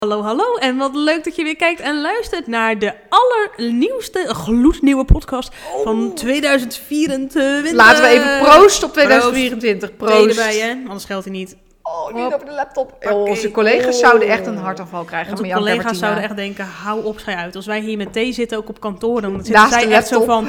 Hallo en wat leuk dat je weer kijkt en luistert naar de allernieuwste, gloednieuwe podcast van 2024. Laten we even proosten op 2024. Proost. Erbij, hè? Anders geldt hij niet. Oh, niet over de laptop. Onze collega's zouden echt een hartaanval krijgen. Onze collega's zouden echt denken, hou op, schei uit. Als wij hier met thee zitten, ook op kantoor, dan zitten naast zij echt zo van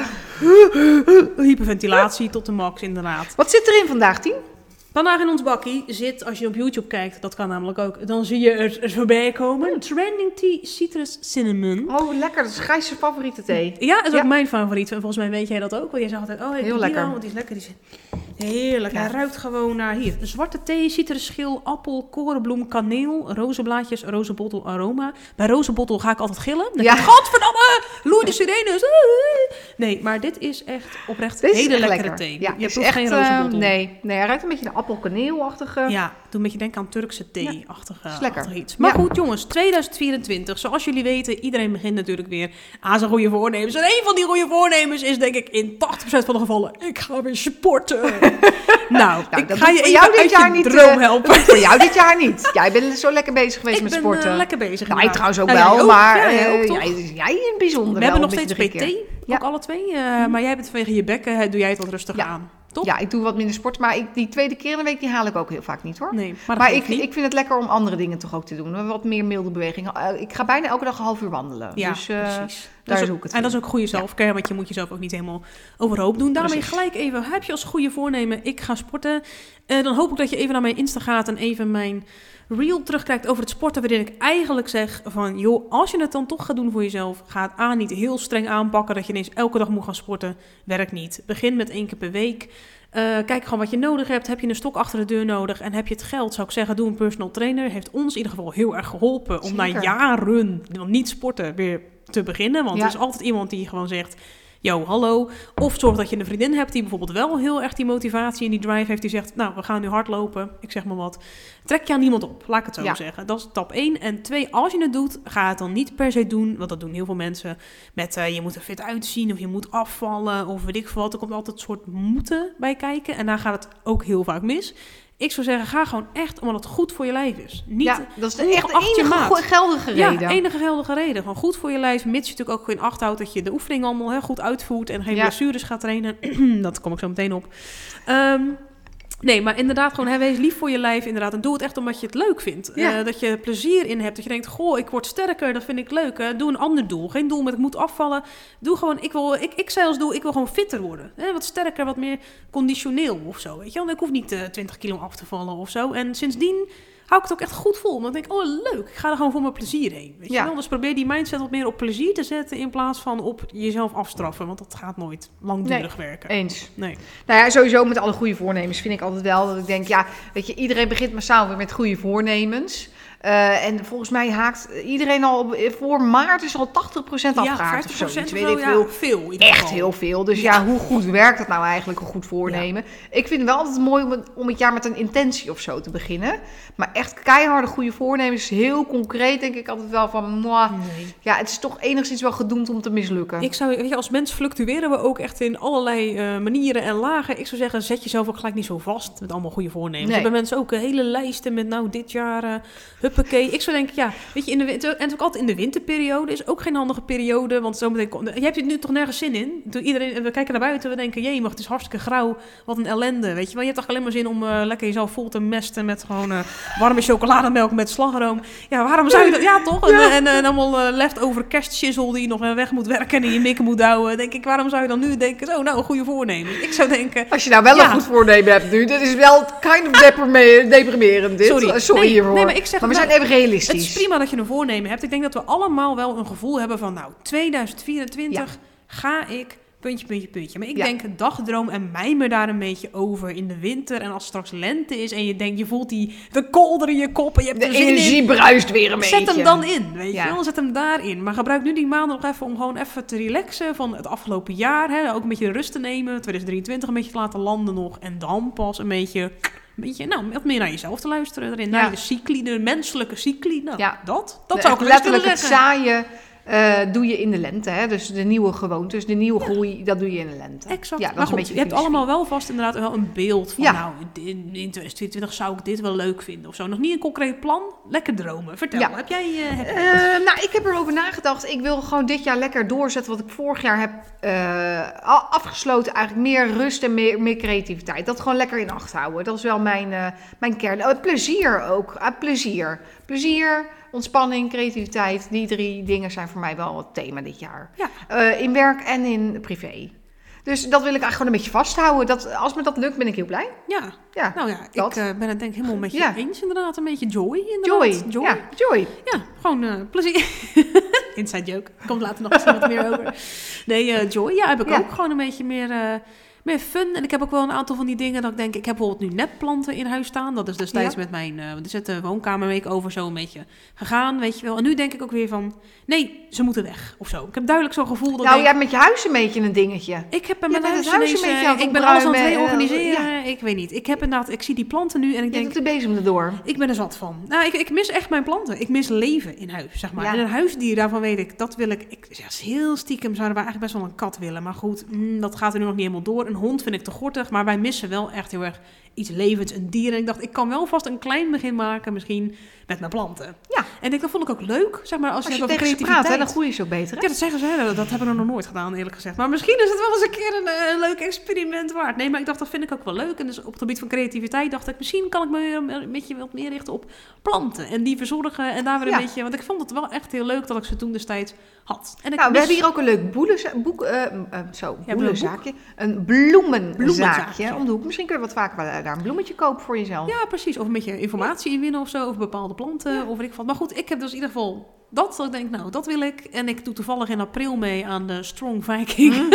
hyperventilatie tot de max, inderdaad. Wat zit erin vandaag, Tien? Vandaag in ons bakkie zit, als je op YouTube kijkt, dat kan namelijk ook, dan zie je er voorbij komen. Trending Tea Citrus Cinnamon. Oh, lekker. Dat is Gijs' favoriete thee. Ja, dat is ook mijn favoriet. En volgens mij weet jij dat ook. Want jij zegt altijd, oh, heel lekker. Want die is lekker. Die is heerlijk. Ja. Hij ruikt gewoon naar hier. Zwarte thee, citrusschil, appel, korenbloem, kaneel, rozenblaadjes, rozenbottel, aroma. Bij rozenbottel ga ik altijd gillen. Dan denk ik, godverdamme, loei de sirenes. Nee, maar dit is echt oprecht hele lekkere thee. Ja, je proeft geen rozenbottel. Nee, hij ruikt een beetje naar appelkaneelachtige. Ja, doe een beetje denken aan Turkse thee-achtige iets. Maar goed, jongens, 2024. Zoals jullie weten, iedereen begint natuurlijk weer aan zijn goede voornemens. En een van die goede voornemens is, denk ik, in 80% van de gevallen, ik ga weer sporten. nou, ik ga je even uit je droom helpen. Voor jou dit jaar niet. Jij bent zo lekker bezig geweest met sporten. Ik ben lekker bezig. Nou, ik trouwens ook wel, maar jij in het bijzonder. We hebben nog steeds PT, ook alle twee. Maar jij bent vanwege je bekken, doe jij het wat rustiger aan. Top? Ja, ik doe wat minder sport, maar die tweede keer in de week die haal ik ook heel vaak niet, hoor. Nee, maar ik vind het lekker om andere dingen toch ook te doen. Wat meer milde bewegingen. Ik ga bijna elke dag een half uur wandelen. Ja, dus, precies. Daar zoek ik het. En dat is ook goede zelfcare, want je moet jezelf ook niet helemaal overhoop doen. Daarmee gelijk even, heb je als goede voornemen, ik ga sporten. Dan hoop ik dat je even naar mijn Insta gaat en even mijn reel terugkijkt over het sporten, waarin ik eigenlijk zeg van, joh, als je het dan toch gaat doen voor jezelf, ga het niet heel streng aanpakken dat je ineens elke dag moet gaan sporten. Werkt niet. Begin met 1 keer per week. Kijk gewoon wat je nodig hebt. Heb je een stok achter de deur nodig en heb je het geld, zou ik zeggen, doe een personal trainer. Heeft ons in ieder geval heel erg geholpen om na jaren van niet sporten weer te beginnen. Want er is altijd iemand die gewoon zegt, yo, hallo. Of zorg dat je een vriendin hebt die bijvoorbeeld wel heel erg die motivatie en die drive heeft. Die zegt, nou, we gaan nu hardlopen. Ik zeg maar wat. Trek je aan niemand op, laat ik het zo zeggen. Dat is stap 1. En 2, als je het doet, ga het dan niet per se doen. Want dat doen heel veel mensen. Met je moet er fit uitzien of je moet afvallen of weet ik veel wat. Er komt altijd een soort moeten bij kijken. En daar gaat het ook heel vaak mis. Ik zou zeggen, ga gewoon echt omdat het goed voor je lijf is. Niet dat is echt de enige geldige reden. Ja, enige geldige reden. Gewoon goed voor je lijf, mits je natuurlijk ook in acht houdt dat je de oefening allemaal goed uitvoert en geen blessures gaat trainen. Dat kom ik zo meteen op. Nee, maar inderdaad gewoon, wees lief voor je lijf inderdaad. En doe het echt omdat je het leuk vindt. Dat je plezier in hebt. Dat je denkt, goh, ik word sterker, dat vind ik leuk. Doe een ander doel. Geen doel met ik moet afvallen. Doe gewoon, ik zelfs doe, ik wil gewoon fitter worden. Wat sterker, wat meer conditioneel of zo. Weet je? Want ik hoef niet 20 kilo af te vallen of zo. En sindsdien hou ik het ook echt goed vol. Want ik denk, oh leuk, ik ga er gewoon voor mijn plezier heen. Weet je wel? Dus probeer die mindset wat meer op plezier te zetten in plaats van op jezelf afstraffen. Want dat gaat nooit langdurig werken. Eens. Nee. Nou ja, sowieso met alle goede voornemens vind ik altijd wel dat ik denk, weet je, iedereen begint massaal weer met goede voornemens. En volgens mij haakt iedereen al voor maart is al 80% afgehaakt of zo. Weet ik veel. Echt heel veel. Dus hoe goed werkt het nou eigenlijk, een goed voornemen? Ja. Ik vind het wel altijd mooi om het jaar met een intentie of zo te beginnen. Maar echt keiharde goede voornemens, heel concreet denk ik altijd wel van, het is toch enigszins wel gedoemd om te mislukken. Ik zou, weet je, als mens fluctueren we ook echt in allerlei manieren en lagen. Ik zou zeggen, zet jezelf ook gelijk niet zo vast met allemaal goede voornemens. Nee. Hebben mensen ook hele lijsten met dit jaar huppakee. Ik zou denken, weet je, en natuurlijk altijd in de winterperiode is ook geen handige periode, want zometeen je hebt het nu toch nergens zin in. We kijken naar buiten, we denken, jee, maar het is hartstikke grauw, wat een ellende, weet je wel. Je hebt toch alleen maar zin om lekker jezelf vol te mesten met gewoon warme chocolademelk met slagroom. Ja, waarom zou je dat? Ja, toch? En allemaal leftover kerstshizzel die je nog weg moet werken en in je mikken moet douwen. Denk ik, waarom zou je dan nu denken, een goede voornemen? Ik zou denken, als je nou wel een goed voornemen hebt nu, dat is wel kind of deprimerend dit. Sorry hiervoor. Nee, maar ik zeg, we zijn even realistisch. Het is prima dat je een voornemen hebt. Ik denk dat we allemaal wel een gevoel hebben van, 2024 ga ik puntje. Maar ik denk, dagdroom en mijmer daar een beetje over in de winter. En als straks lente is en je denkt, je voelt de kolder in je kop en je hebt de energie bruist weer een beetje. Zet hem dan in, weet je wel. Zet hem daarin. Maar gebruik nu die maanden nog even om gewoon even te relaxen van het afgelopen jaar. Ook een beetje de rust te nemen. 2023 een beetje te laten landen nog. En dan pas een beetje wat meer naar jezelf te luisteren erin. Naar de cycli, de menselijke cycli. Dat zou ik letterlijk het saaie doe je in de lente. Hè? Dus de nieuwe gewoontes, de nieuwe groei, dat doe je in de lente. Exact. Ja, dat maar is een goed, beetje je hebt allemaal wel vast inderdaad wel een beeld van... Ja. nou, in 2022 zou ik dit wel leuk vinden of zo. Nog niet een concreet plan, lekker dromen. Vertel, Ja. heb jij... Nou, ik heb erover nagedacht. Ik wil gewoon dit jaar lekker doorzetten wat ik vorig jaar heb afgesloten. Eigenlijk meer rust en meer creativiteit. Dat gewoon lekker in acht houden. Dat is wel mijn kern. Plezier ook. Plezier, ontspanning, creativiteit. Die 3 dingen zijn voor mij wel het thema dit jaar. Ja. In werk en in privé. Dus dat wil ik eigenlijk gewoon een beetje vasthouden. Als me dat lukt, ben ik heel blij. Ja, Ja, nou ja, dat. ik ben het denk ik helemaal met je eens inderdaad. Een beetje joy inderdaad. Joy. Ja, gewoon plezier. Inside joke. Komt later nog eens wat meer over. Nee, joy. Ja, heb ik ook gewoon een beetje meer fun. En ik heb ook wel een aantal van die dingen dat ik denk... Ik heb bijvoorbeeld nu nepplanten in huis staan. Dat is destijds met mijn... er zit de woonkamerweek over zo een beetje gegaan, weet je wel. En nu denk ik ook weer van... Nee, ze moeten weg of zo. Ik heb duidelijk zo'n gevoel dat jij hebt met je huis een beetje een dingetje. Ik heb met Je mijn bent huis het huis een beetje aan het ik ben alles aan het opruimen, reorganiseren. Ik weet niet. Ik heb inderdaad... Ik zie die planten nu en ik Je denk... doet de bezem erdoor. Ik ben er zat van. Nou, ik mis echt mijn planten. Ik mis leven in huis, zeg maar. Ja. En een huisdier, daarvan weet ik, dat wil ik... heel stiekem zouden wij eigenlijk best wel een kat willen. Maar goed, dat gaat er nu nog niet helemaal door. Een hond vind ik te gortig, maar wij missen wel echt heel erg iets levends, een dier. En ik dacht, ik kan wel vast een klein begin maken, misschien met mijn planten. Ja. En dat vond ik ook leuk, zeg maar, als je je over tegen ze creativiteit... praat, hè, dan groeien ze ook beter. Hè? Ja, dat zeggen ze. Hè? Dat hebben we nog nooit gedaan, eerlijk gezegd. Maar misschien is het wel eens een keer een leuk experiment waard. Nee, maar ik dacht, dat vind ik ook wel leuk. En dus op het gebied van creativiteit dacht ik... misschien kan ik me een beetje wat meer richten op planten. En die verzorgen en daar weer een beetje... Want ik vond het wel echt heel leuk dat ik ze toen destijds had. En we hebben hier ook een leuk boelenzaakje. Een bloemenzaakje om de hoek. Misschien kun je wat vaker daar een bloemetje kopen voor jezelf. Ja, precies. Of een beetje informatie inwinnen of zo. Over bepaalde planten. Of weet ik wat. Maar goed, ik heb dus in ieder geval... Dat ik denk, nou, dat wil ik. En ik doe toevallig in april mee aan de Strong Viking.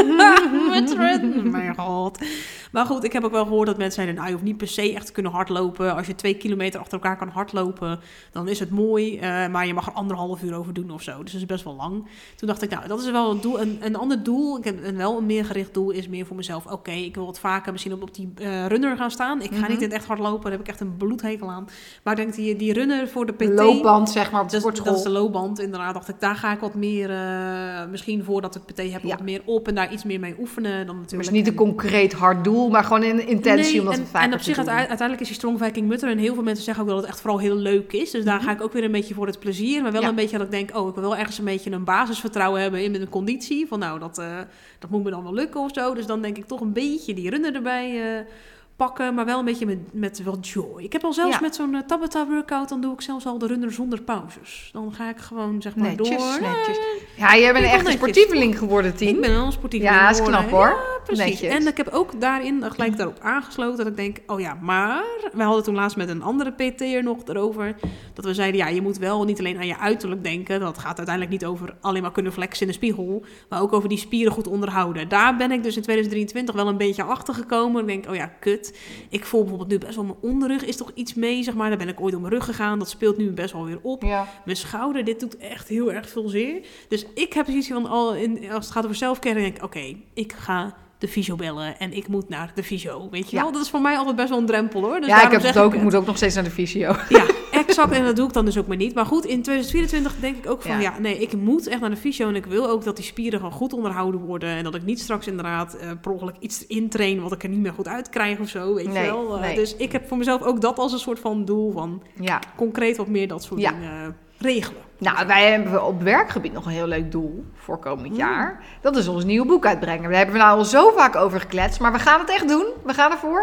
Mijn god. Maar goed, ik heb ook wel gehoord dat mensen zeiden... nou, je hoeft niet per se echt te kunnen hardlopen. Als je 2 kilometer achter elkaar kan hardlopen... dan is het mooi. Maar je mag er 1,5 uur over doen of zo. Dus dat is best wel lang. Toen dacht ik, nou, dat is wel een doel. Een ander doel, wel een meer gericht doel... is meer voor mezelf. Oké, ik wil wat vaker misschien op die runner gaan staan. Ik ga niet in het echt hardlopen. Daar heb ik echt een bloedhekel aan. Maar ik denk, die runner voor de PT... Loopband, zeg maar, op de sportschool. Dat is de loopband. Inderdaad, dacht ik, daar ga ik wat meer, misschien voordat ik PT heb, wat meer op en daar iets meer mee oefenen. Dan natuurlijk. Dus niet een concreet hard doel, maar gewoon een intentie om dat vaker te doen. En op zich uiteindelijk is die Strong Viking Mutter en heel veel mensen zeggen ook wel dat het echt vooral heel leuk is. Dus daar ga ik ook weer een beetje voor het plezier, maar wel een beetje dat ik denk, ik wil wel ergens een beetje een basisvertrouwen hebben in mijn conditie. Van nou, dat moet me dan wel lukken of zo. Dus dan denk ik toch een beetje die runner erbij pakken, maar wel een beetje met wel joy. Ik heb al zelfs met zo'n Tabata workout, dan doe ik zelfs al de runner zonder pauzes. Dan ga ik gewoon zeg maar netjes, door. Netjes. Ja, jij bent echt een sportieveling geworden, Tien. Ik ben een sportieveling geworden. Ja, dat is knap hoor. Ja, precies. Netjes. En ik heb ook daarin gelijk daarop aangesloten dat ik denk, maar we hadden toen laatst met een andere PT'er nog erover, dat we zeiden, je moet wel niet alleen aan je uiterlijk denken. Dat gaat uiteindelijk niet over alleen maar kunnen flexen in de spiegel, maar ook over die spieren goed onderhouden. Daar ben ik dus in 2023 wel een beetje achter gekomen. Ik denk, kut. Ik voel bijvoorbeeld nu best wel mijn onderrug is toch iets mee, zeg maar. Daar ben ik ooit op mijn rug gegaan. Dat speelt nu best wel weer op. Ja. Mijn schouder, dit doet echt heel erg veel zeer. Dus ik heb zoiets van, als het gaat over zelfcare, dan denk ik, ik ga de fysio bellen en ik moet naar de fysio, weet je wel? Dat is voor mij altijd best wel een drempel, hoor. Dus ik heb het ook. Ik moet ook nog steeds naar de fysio. Ja, exact. En dat doe ik dan dus ook maar niet. Maar goed, in 2024 denk ik ook van, ik moet echt naar de fysio en ik wil ook dat die spieren gewoon goed onderhouden worden en dat ik niet straks inderdaad per ongeluk iets intrain wat ik er niet meer goed uitkrijg of zo, weet je wel? Dus ik heb voor mezelf ook dat als een soort van doel van concreet wat meer dat soort dingen regelen. Nou, wij hebben op werkgebied nog een heel leuk doel voor komend jaar. Dat is ons nieuwe boek uitbrengen. Daar hebben we nou al zo vaak over gekletst. Maar we gaan het echt doen. We gaan ervoor.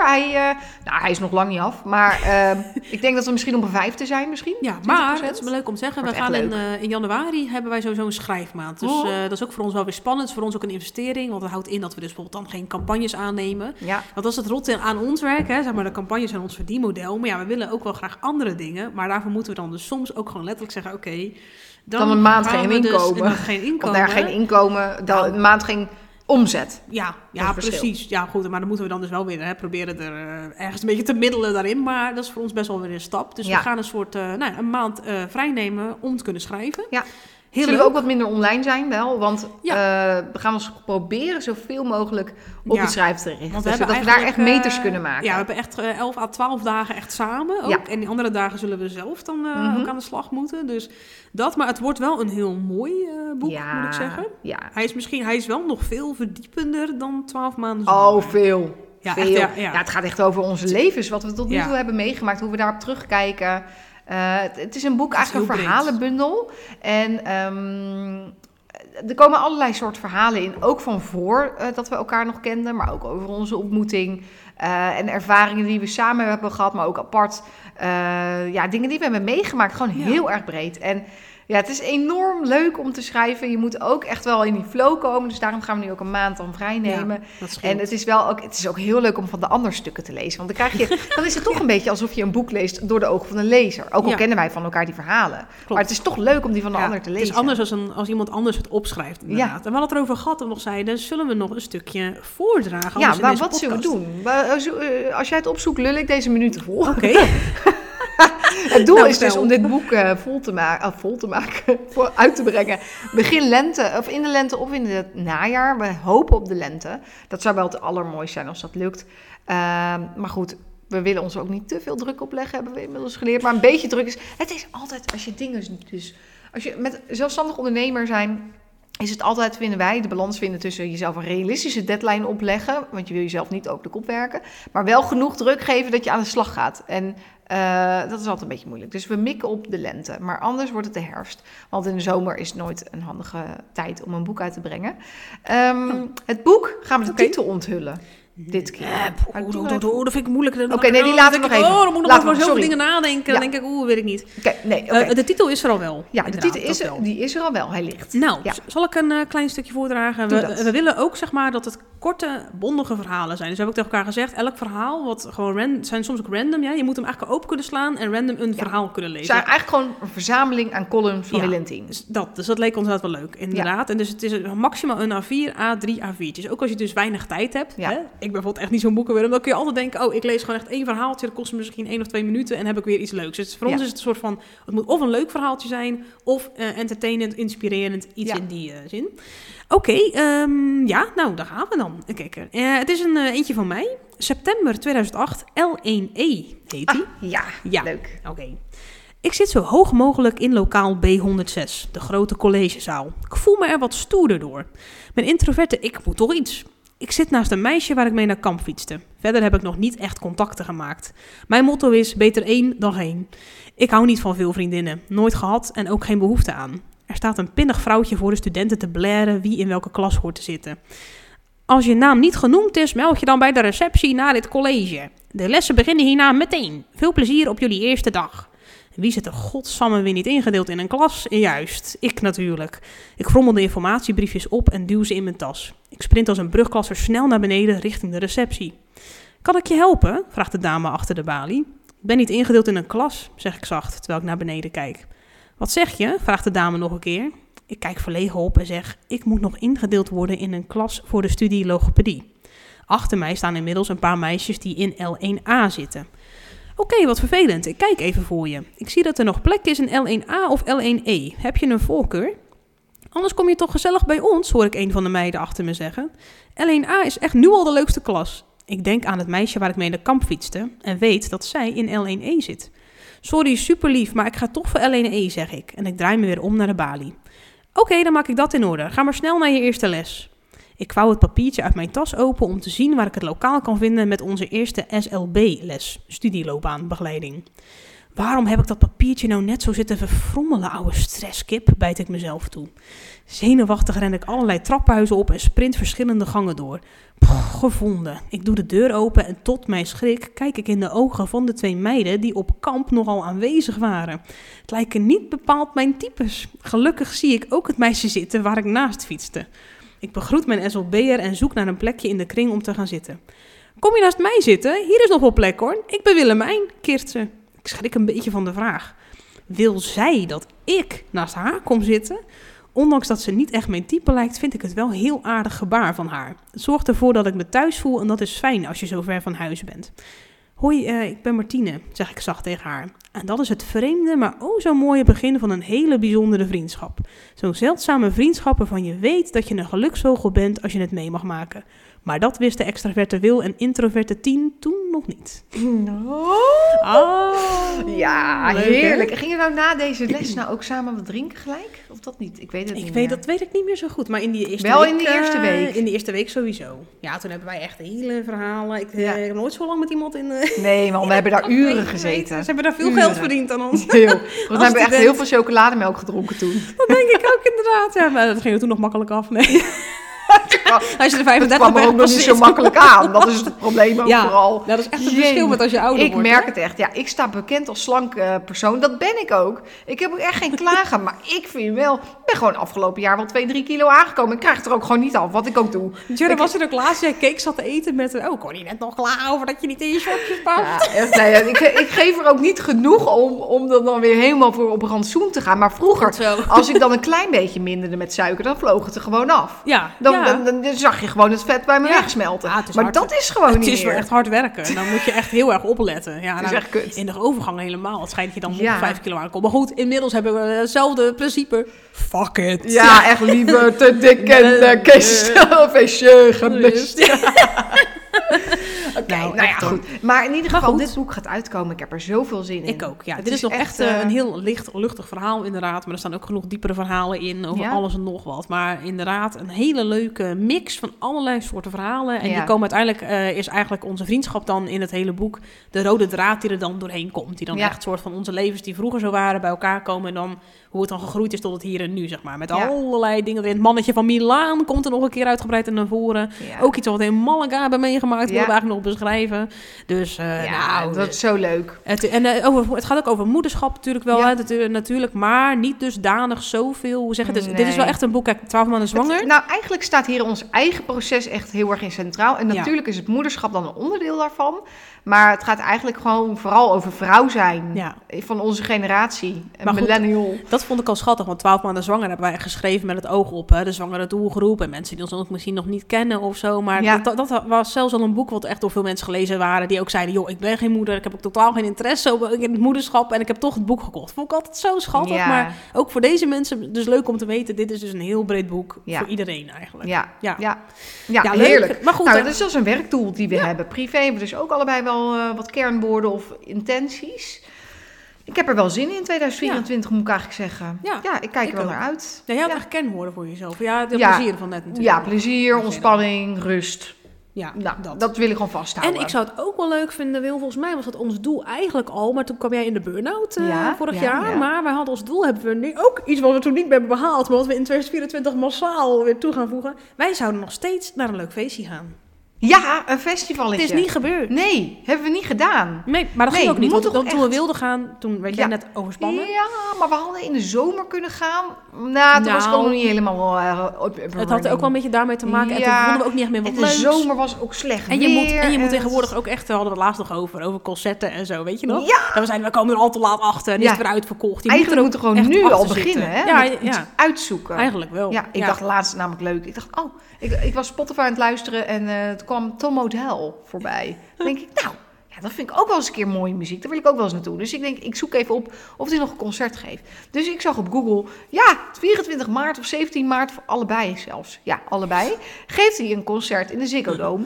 Hij is nog lang niet af. Maar ik denk dat we misschien op een 5e zijn. Misschien. Ja, maar het is me leuk om te zeggen. We gaan in januari hebben wij sowieso een schrijfmaand. Dus dat is ook voor ons wel weer spannend. Het is voor ons ook een investering. Want dat houdt in dat we dus bijvoorbeeld dan geen campagnes aannemen. Ja. Want dat is het rotte aan ons werk. Hè. Zeg maar, de campagnes zijn ons verdienmodel. Maar we willen ook wel graag andere dingen. Maar daarvoor moeten we dan dus soms ook gewoon letterlijk zeggen, dan een maand geen inkomen. Dus geen inkomen. Of daar geen inkomen, dan een maand geen omzet. Ja, precies. Ja, goed, maar dan moeten we dan dus wel weer proberen er ergens een beetje te middelen daarin. Maar dat is voor ons best wel weer een stap. Dus we gaan een soort een maand vrij nemen om te kunnen schrijven. Ja. Zullen leuk. we ook wat minder online zijn wel? Want we gaan ons proberen zoveel mogelijk op het schrijven te richten. Zodat we daar echt meters kunnen maken. Ja, we hebben echt 11 à 12 dagen echt samen ook. Ja. En die andere dagen zullen we zelf dan ook aan de slag moeten. Dus dat, maar het wordt wel een heel mooi boek, moet ik zeggen. Ja. Hij is wel nog veel verdiepender dan 12 maanden zomer. Oh, veel. Ja, veel. Echt, ja. Het gaat echt over onze levens. Wat we tot nu toe hebben meegemaakt. Hoe we daarop terugkijken. Het is een boek, eigenlijk een verhalenbundel. En er komen allerlei soort verhalen in. Ook van voor dat we elkaar nog kenden. Maar ook over onze ontmoeting. En ervaringen die we samen hebben gehad. Maar ook apart. Dingen die we hebben meegemaakt. Gewoon heel erg breed. En ja, het is enorm leuk om te schrijven. Je moet ook echt wel in die flow komen. Dus daarom gaan we nu ook een maand dan vrij nemen. En het is ook heel leuk om van de andere stukken te lezen. Want dan is het toch een beetje alsof je een boek leest door de ogen van een lezer. Ook al kennen wij van elkaar die verhalen. Klopt. Maar het is toch leuk om die van de ander te lezen. Het is anders als iemand anders het opschrijft, inderdaad. En we hadden het erover gehad en nog zeiden, zullen we nog een stukje voordragen? Ja, maar wat zullen we doen? Als jij het opzoekt, lul ik deze minuten vol. Oké. Het doel is dus om dit boek uit te brengen. Begin lente, of in de lente of in het najaar. We hopen op de lente. Dat zou wel het allermooiste zijn als dat lukt. Maar goed, we willen ons ook niet te veel druk opleggen, hebben we inmiddels geleerd. Maar een beetje druk is... Het is altijd, als je dingen... Dus als je met zelfstandig ondernemer zijn... is het altijd, vinden wij, de balans vinden tussen jezelf een realistische deadline opleggen. Want je wil jezelf niet over de kop werken. Maar wel genoeg druk geven dat je aan de slag gaat. En dat is altijd een beetje moeilijk. Dus we mikken op de lente. Maar anders wordt het de herfst. Want in de zomer is nooit een handige tijd om een boek uit te brengen. Het boek gaan we de titel onthullen. Dit keer. Dat vind ik moeilijk. Oké, nee, die laten we nog even. Dan moet ik nog over zoveel dingen nadenken. Dan denk ik, weet ik niet. Okay. De titel is er al wel. Ja, de titel is er al wel. Hij ligt. Nou, zal ik een klein stukje voordragen? We willen ook, zeg maar, dat het korte, bondige verhalen zijn. Dus we hebben ook tegen elkaar gezegd, elk verhaal, wat gewoon zijn soms ook random. Ja? Je moet hem eigenlijk open kunnen slaan en random een verhaal kunnen lezen. Het is eigenlijk gewoon een verzameling aan columns van Milentien. Dus dat leek ons wel leuk, inderdaad. En dus het is maximaal een A4, A3, A4'tjes. Ook als je dus weinig tijd hebt. Hè? Ik ben bijvoorbeeld echt niet zo'n boekenwurm. Dan kun je altijd denken, ik lees gewoon echt 1 verhaaltje. Dat kost me misschien 1 of 2 minuten en heb ik weer iets leuks. Dus voor ons is het een soort van, het moet of een leuk verhaaltje zijn, of entertainend, inspirerend, iets in die zin. Oké, nou, daar gaan we dan. Kijk, het is een eentje van mij. September 2008, L1E heet die. Ja, leuk. Oké. Ik zit zo hoog mogelijk in lokaal B106, de grote collegezaal. Ik voel me er wat stoerder door. Mijn introverte ik moet toch iets. Ik zit naast een meisje waar ik mee naar kamp fietste. Verder heb ik nog niet echt contacten gemaakt. Mijn motto is beter 1 dan geen. Ik hou niet van veel vriendinnen. Nooit gehad en ook geen behoefte aan. Er staat een pinnig vrouwtje voor de studenten te blaren wie in welke klas hoort te zitten. Als je naam niet genoemd is, meld je dan bij de receptie na dit college. De lessen beginnen hierna meteen. Veel plezier op jullie eerste dag. Wie zit er godsamme weer niet ingedeeld in een klas? Juist, ik natuurlijk. Ik frommel de informatiebriefjes op en duw ze in mijn tas. Ik sprint als een brugklasser snel naar beneden richting de receptie. Kan ik je helpen? Vraagt de dame achter de balie. Ik ben niet ingedeeld in een klas, zeg ik zacht, terwijl ik naar beneden kijk. Wat zeg je? Vraagt de dame nog een keer. Ik kijk verlegen op en zeg, ik moet nog ingedeeld worden in een klas voor de studie logopedie. Achter mij staan inmiddels een paar meisjes die in L1A zitten. Oké, wat vervelend. Ik kijk even voor je. Ik zie dat er nog plek is in L1A of L1E. Heb je een voorkeur? Anders kom je toch gezellig bij ons, hoor ik een van de meiden achter me zeggen. L1A is echt nu al de leukste klas. Ik denk aan het meisje waar ik mee naar kamp fietste en weet dat zij in L1E zit. Sorry, super lief, maar ik ga toch voor L1E, zeg ik. En ik draai me weer om naar de balie. Oké, dan maak ik dat in orde. Ga maar snel naar je eerste les. Ik vouw het papiertje uit mijn tas open om te zien waar ik het lokaal kan vinden met onze eerste SLB-les, studieloopbaanbegeleiding. Waarom heb ik dat papiertje nou net zo zitten verfrommelen, ouwe stresskip, bijt ik mezelf toe. Zenuwachtig ren ik allerlei trappenhuizen op en sprint verschillende gangen door. Gevonden. Ik doe de deur open en tot mijn schrik kijk ik in de ogen van de 2 meiden die op kamp nogal aanwezig waren. Het lijken niet bepaald mijn types. Gelukkig zie ik ook het meisje zitten waar ik naast fietste. Ik begroet mijn SLB'er en zoek naar een plekje in de kring om te gaan zitten. Kom je naast mij zitten? Hier is nog wel plek hoor. Ik ben Willemijn, keert ze. Ik schrik een beetje van de vraag. Wil zij dat ik naast haar kom zitten? Ondanks dat ze niet echt mijn type lijkt, vind ik het wel heel aardig gebaar van haar. Het zorgt ervoor dat ik me thuis voel en dat is fijn als je zo ver van huis bent. Hoi, ik ben Martine, zeg ik zacht tegen haar. En dat is het vreemde, maar zo mooie begin van een hele bijzondere vriendschap. Zo'n zeldzame vriendschap waarvan je weet dat je een geluksvogel bent als je het mee mag maken. Maar dat wist de extraverte Wil en introverte Tien toen nog niet. Ja, leuk, heerlijk. Hè? Ging je nou na deze les nou ook samen wat drinken gelijk? Of dat niet? Ik weet het niet meer. Dat weet ik niet meer zo goed, maar in die eerste Wel week... in de eerste week. In de eerste week sowieso. Ja, toen hebben wij echt hele verhalen. Ik heb nooit zo lang met iemand in... Nee, man, we hebben daar uren gezeten. Ze hebben daar veel geld verdiend aan ons. Volgens mij hebben we echt heel veel chocolademelk gedronken toen. Dat denk ik ook inderdaad. Ja, maar dat ging er toen nog makkelijk af. Nee. Als je de 35 het kwam er ook nog niet zo makkelijk aan. Dat is het probleem ook vooral. Ja, dat is echt een verschil met als je ouder wordt. Ik merk het echt. Ja, ik sta bekend als slank persoon. Dat ben ik ook. Ik heb ook echt geen klagen. Maar ik vind wel... Ik ben gewoon afgelopen jaar wel 2-3 kilo aangekomen. Ik krijg het er ook gewoon niet af, wat ik ook doe. Jurre was er ook laatst. Jij cake zat te eten met... ik kon je net nog klaar over dat je niet in je shortjes past. Ja, echt, nee, ik geef er ook niet genoeg om dan weer helemaal voor op rantsoen te gaan. Maar vroeger, als ik dan een klein beetje minderde met suiker, dan vloog het er gewoon af. Ja, Dan zag je gewoon het vet bij me wegsmelten. Ja, maar dat is gewoon niet meer. Het is wel echt hard werken. En dan moet je echt heel erg opletten. Ja, het is echt kut. In de overgang helemaal. Het schijnt dat je dan nog 5 kilo aankomt. Maar goed, inmiddels hebben we hetzelfde principe. Fuck it. Ja, echt liever te dik en de feestje gemist. Oké, nou ja, goed. Maar in ieder geval, dit boek gaat uitkomen. Ik heb er zoveel zin in. Ik ook, ja. Dit is nog echt een heel luchtig verhaal, inderdaad. Maar er staan ook genoeg diepere verhalen in over alles en nog wat. Maar inderdaad, een hele leuke mix van allerlei soorten verhalen. En die komen uiteindelijk, is eigenlijk onze vriendschap dan in het hele boek de rode draad die er dan doorheen komt. Die dan echt soort van onze levens die vroeger zo waren bij elkaar komen. En dan hoe het dan gegroeid is tot het hier en nu, zeg maar. Met allerlei dingen erin. Het mannetje van Milaan komt er nog een keer uitgebreid naar voren. Ja. Ook iets wat we in Malaga hebben meegemaakt. Willen we eigenlijk nog beschrijven. Dus, dat is zo leuk. Het gaat ook over moederschap natuurlijk wel. Hè, natuurlijk, maar niet dusdanig zoveel. Hoe zeg je het? Dit is wel echt een boek. Kijk, 12 maanden zwanger. Eigenlijk staat hier ons eigen proces echt heel erg in centraal. En natuurlijk is het moederschap dan een onderdeel daarvan. Maar het gaat eigenlijk gewoon vooral over vrouw zijn. Van onze generatie. Een millennial. Dat vond ik al schattig. Want 12 maanden zwanger hebben wij geschreven met het oog op. Hè, de zwangere doelgroep. En mensen die ons ook misschien nog niet kennen of zo. Maar dat was zelfs al een boek wat echt door veel mensen gelezen waren. Die ook zeiden, joh, ik ben geen moeder. Ik heb ook totaal geen interesse in het moederschap. En ik heb toch het boek gekocht. Vond ik altijd zo schattig. Ja. Maar ook voor deze mensen dus leuk om te weten. Dit is dus een heel breed boek voor iedereen eigenlijk. Ja, heerlijk. Maar goed, dat is dus een werktool die we hebben. Privé hebben we dus ook allebei wel wat kernwoorden of intenties. Ik heb er wel zin in 2024, moet ik eigenlijk zeggen. Ja, ik kijk er wel naar uit. Ja, jij had echt kernwoorden voor jezelf. Ja, de plezier van net natuurlijk. Ja, plezier, ontspanning, rust. Ja, dat wil ik gewoon vasthouden. En ik zou het ook wel leuk vinden, Wil, volgens mij was dat ons doel eigenlijk al. Maar toen kwam jij in de burn-out vorig jaar. Ja. Maar wij hadden als doel, hebben we nu ook iets wat we toen niet hebben behaald. Maar wat we in 2024 massaal weer toe gaan voegen. Wij zouden nog steeds naar een leuk feestje gaan. Ja, een festivalletje. Het is niet gebeurd. Nee, hebben we niet gedaan. Nee, maar dat ging ook niet. Want toen we wilden gaan, toen werd jij net overspannen. Ja, maar we hadden in de zomer kunnen gaan. Nou, toen was ik ook nog niet helemaal het had ook wel een beetje daarmee te maken. En toen vonden we ook niet echt meer wat leuks. De zomer was ook slecht en je moet tegenwoordig ook echt, we hadden het laatst nog over concerten en zo, weet je nog? Ja. En we zeiden, we komen er al te laat achter en is het weer uitverkocht. Eigenlijk moeten we gewoon nu al beginnen, hè? Ja. Uitzoeken. Eigenlijk wel. Ja, ik dacht laatst namelijk leuk. Ik dacht, ik was Spotify aan het luisteren en het kwam Tom Odell voorbij. Dan denk ik, dat vind ik ook wel eens een keer mooie muziek. Daar wil ik ook wel eens naartoe. Dus ik denk, ik zoek even op of hij nog een concert geeft. Dus ik zag op Google, 24 maart of 17 maart, voor allebei zelfs. Ja, allebei. Geeft hij een concert in de Ziggo Dome.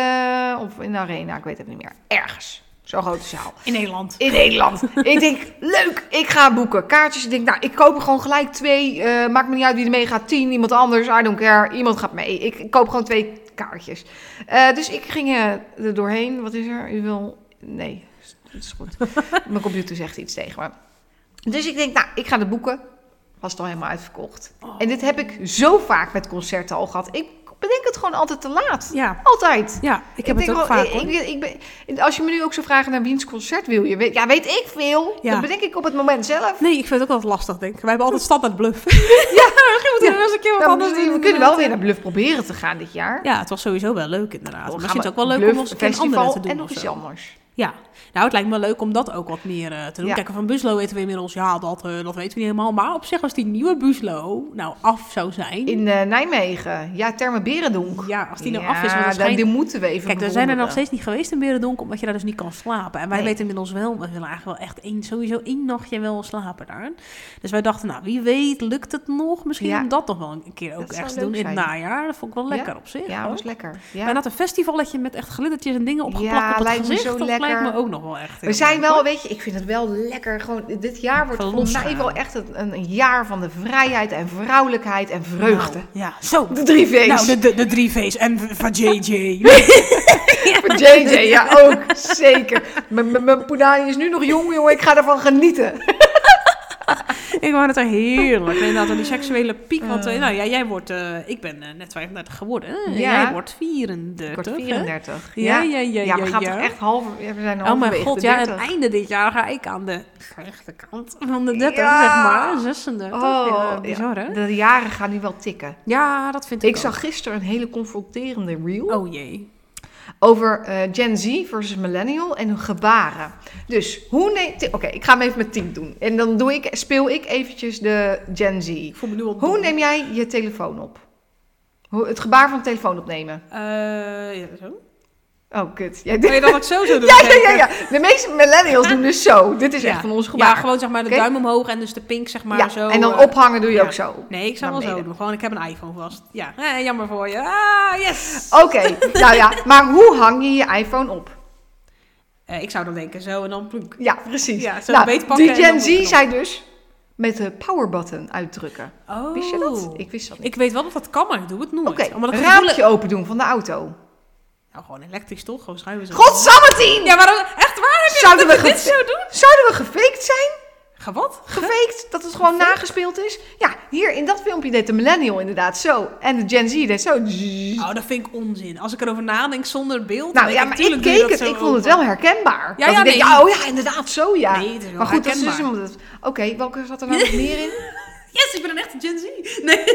Of in de Arena, ik weet het niet meer. Ergens. Zo'n grote zaal. In Nederland. Ik denk, leuk, ik ga boeken. Kaartjes, ik denk, ik koop er gewoon gelijk 2. Maakt me niet uit wie er mee gaat. 10, iemand anders, I don't care. Iemand gaat mee. Ik koop gewoon 2 kaartjes. Dus ik ging er doorheen. Wat is er? U wil... Nee, dat is goed. Mijn computer zegt iets tegen me. Dus ik denk, ik ga de boeken. Was het al helemaal uitverkocht. En dit heb ik zo vaak met concerten al gehad. Ik bedenk het gewoon altijd te laat. Ja. Altijd. Ja, ik heb het ook vaak. Als je me nu ook zou vragen naar wiens concert wil je? Weet ik veel. Ja. Dat bedenk ik op het moment zelf. Nee, ik vind het ook altijd lastig, denk ik. Wij hebben altijd standaard Bluff. Misschien moeten we eens een keer wat anders doen. We kunnen wel weer naar Bluff proberen te gaan dit jaar. Ja, het was sowieso wel leuk inderdaad. Maar misschien is het ook wel leuk om nog eens een keer andere te doen. En nog iets anders. Ja, nou, het lijkt me leuk om dat ook wat meer te doen. Ja. Kijk, van Buslo weten we inmiddels, dat weten we niet helemaal. Maar op zich, als die nieuwe Buslo nou af zou zijn... In Nijmegen. Ja, Terme Berendonk. Ja, als die nou af is, want dat schijnt... die moeten we even Kijk, we zijn er nog steeds niet geweest in Berendonk, omdat je daar dus niet kan slapen. En wij weten inmiddels wel, we willen eigenlijk wel echt sowieso één nachtje wel slapen daar. Dus wij dachten, nou, wie weet, lukt het nog? Misschien om dat nog wel een keer ook echt te doen in het najaar. Dat vond ik wel lekker op zich. Ja, was lekker. Ja. En dat een festivalletje met echt glittertjes en dingen opgeplakt op het gezicht, dat lijkt me ook nog wel echt. We zijn wel, weet je, ik vind het wel lekker. Gewoon, dit jaar wordt volgens mij wel echt een jaar van de vrijheid en vrouwelijkheid en vreugde. Nou, ja, zo. De 3 V's. Nou, de 3 V's en van JJ. Voor JJ, ja, ook. Zeker. Mijn poedani is nu nog jong, jongen. Ik ga ervan genieten. Ik wou het er heerlijk. Inderdaad, die seksuele piek. Want jij wordt... ik ben net 35 geworden. Jij wordt 34. Ik word 34. Ja, we gaan toch echt we zijn halverwege oh mijn god, de 30. het einde dit jaar ga ik aan de rechterkant van de 30, zeg maar. 36. Bizar, hè? De jaren gaan nu wel tikken. Ja, dat vind ik Ik zag gisteren een hele confronterende reel. Oh jee. Over Gen Z versus Millennial en hun gebaren. Dus Oké, ik ga hem even met 10 doen. En dan speel ik eventjes de Gen Z. Ik voel me nu al Hoe neem jij je telefoon op? Het gebaar van de telefoon opnemen. Ja, zo. Oh, kut. Wil je dat ook zo doen? Ja. De meeste millennials doen dus zo. Dit is echt van ons gebaar. Ja, gewoon zeg maar de duim omhoog en dus de pink zeg maar zo. En dan ophangen doe je ook zo. Nee, ik zou wel zo doen. Gewoon, ik heb een iPhone vast. Ja, jammer voor je. Yes! Oké, nou ja. Maar hoe hang je je iPhone op? Ik zou dan denken zo en dan plunk. Ja, precies. Ja, zo beetpakken die Gen Z zei dus met de power button uitdrukken. Oh. Wist je dat? Ik wist dat niet. Ik weet wel dat kan, maar ik doe het nooit. Oké, raampje open doen van de auto. Nou, gewoon elektrisch toch? Gewoon schuiven zo. Godsamme 10! Ja, maar echt waar? Heb je dit zo doen? Zouden we gefaked zijn? Wat? Gefaked? Dat het gewoon nagespeeld is? Ja, hier in dat filmpje deed de millennial inderdaad zo. En de Gen Z deed zo. Oh, dat vind ik onzin. Als ik erover nadenk zonder beeld... Nou ja, maar ik keek het. Ik vond het wel herkenbaar. Ja, ik denk, inderdaad, zo ja. Nee, het is wel maar goed, herkenbaar. dat is dus... Oké, welke zat er nou nog meer in? Yes, ik ben een echte Gen Z. Nee.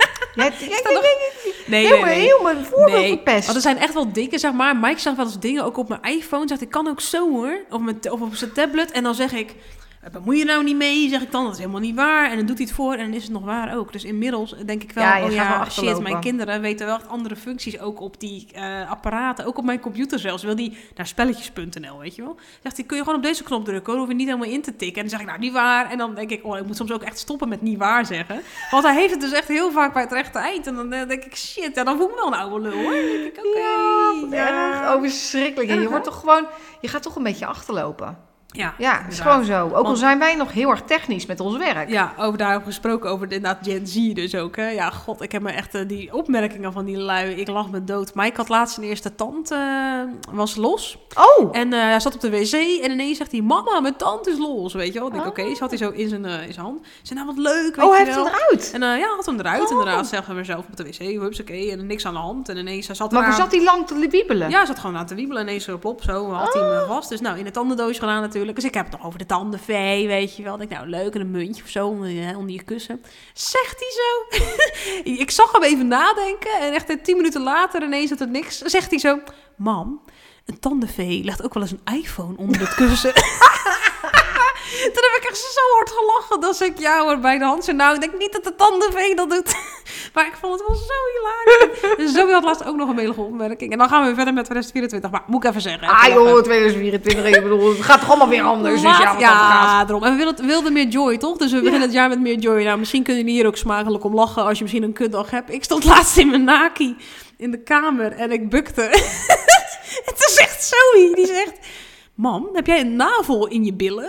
Heel mijn voorbeeld verpest. Want er zijn echt wel dingen, zeg maar. Mike zegt wel eens dingen, ook op mijn iPhone. Zegt, ik kan ook zo hoor. Of op zijn tablet. En dan zeg ik, bemoei je nou niet mee, zeg ik dan. Dat is helemaal niet waar. En dan doet hij het voor en dan is het nog waar ook. Dus inmiddels denk ik wel, shit, mijn kinderen weten wel echt andere functies ook op die apparaten. Ook op mijn computer zelfs. Wil die naar spelletjes.nl, weet je wel. Zegt hij, kun je gewoon op deze knop drukken, hoor. Hoef je niet helemaal in te tikken. En dan zeg ik, nou, niet waar. En dan denk ik, ik moet soms ook echt stoppen met niet waar zeggen. Want hij heeft het dus echt heel vaak bij het rechte eind. En dan denk ik, shit, ja, dan voel ik me wel een oude lul, hoor. Dan denk ik, erg. Verschrikkelijk. En je wordt toch gewoon, je gaat toch een beetje achterlopen. Ja, het is gewoon zo. Ook al zijn wij nog heel erg technisch met ons werk. Ja, daarover gesproken, over inderdaad Gen Z dus ook. Hè. Ja, god, ik heb me echt die opmerkingen van die lui, ik lag me dood. Maar ik had laatst een eerste tand, was los. Oh! En hij zat op de wc en ineens zegt hij, mama, mijn tand is los, weet je wel. Ik denk, oké, zat hij zo in zijn hand. Ik zei, nou, wat leuk, weet je wel. Hij heeft hem eruit? En had hem eruit, inderdaad. Zelf weer zelf op de wc, hupsakee, en niks aan de hand. En ineens zat maar zat hij lang te wiebelen? Ja, hij zat gewoon aan te wiebelen. En ineens zo plop, zo had hij hem vast. Dus nou, in het tandendoosje gedaan natuurlijk. Dus ik heb het nog over de tandenvee, weet je wel. Ik denk, nou, leuk, en een muntje of zo onder je kussen. Zegt hij zo. Ik zag hem even nadenken. En echt 10 minuten later, ineens dat het niks. Zegt hij zo, mam, een tandenvee legt ook wel eens een iPhone onder het kussen. Toen heb ik echt zo hard gelachen. Dat ik, ja hoor, bij de hand. Nou, ik denk niet dat de tandenvee dat doet. Maar ik vond het wel zo hilarisch. Dus Zoe had laatst ook nog een melige opmerking. En dan gaan we weer verder met 2024. Maar moet ik even zeggen. Joh, 2024. Ik bedoel, het gaat toch allemaal weer anders. Dus daarom. En we wilden meer joy, toch? Dus we beginnen het jaar met meer joy. Nou, misschien kunnen jullie hier ook smakelijk om lachen als je misschien een kutdag hebt. Ik stond laatst in mijn naki in de kamer en ik bukte. Het is echt Zoe. Die zegt, mam, heb jij een navel in je billen?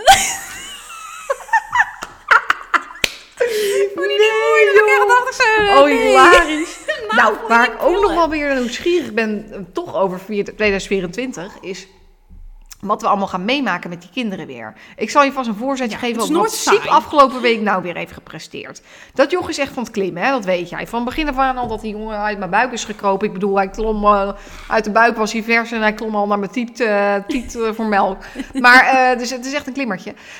Hilarisch. Nou, waar ik ook nog wel weer nieuwsgierig ben, toch over 2024, is wat we allemaal gaan meemaken met die kinderen weer. Ik zal je vast een voorzetje geven over wat Siep afgelopen week nou weer heeft gepresteerd. Dat joch is echt van het klimmen, hè? Dat weet jij. Van begin af aan al dat die jongen uit mijn buik is gekropen. Ik bedoel, hij klom uit de buik, was hij vers en hij klom al naar mijn tiet voor melk. Maar dus het is echt een klimmertje.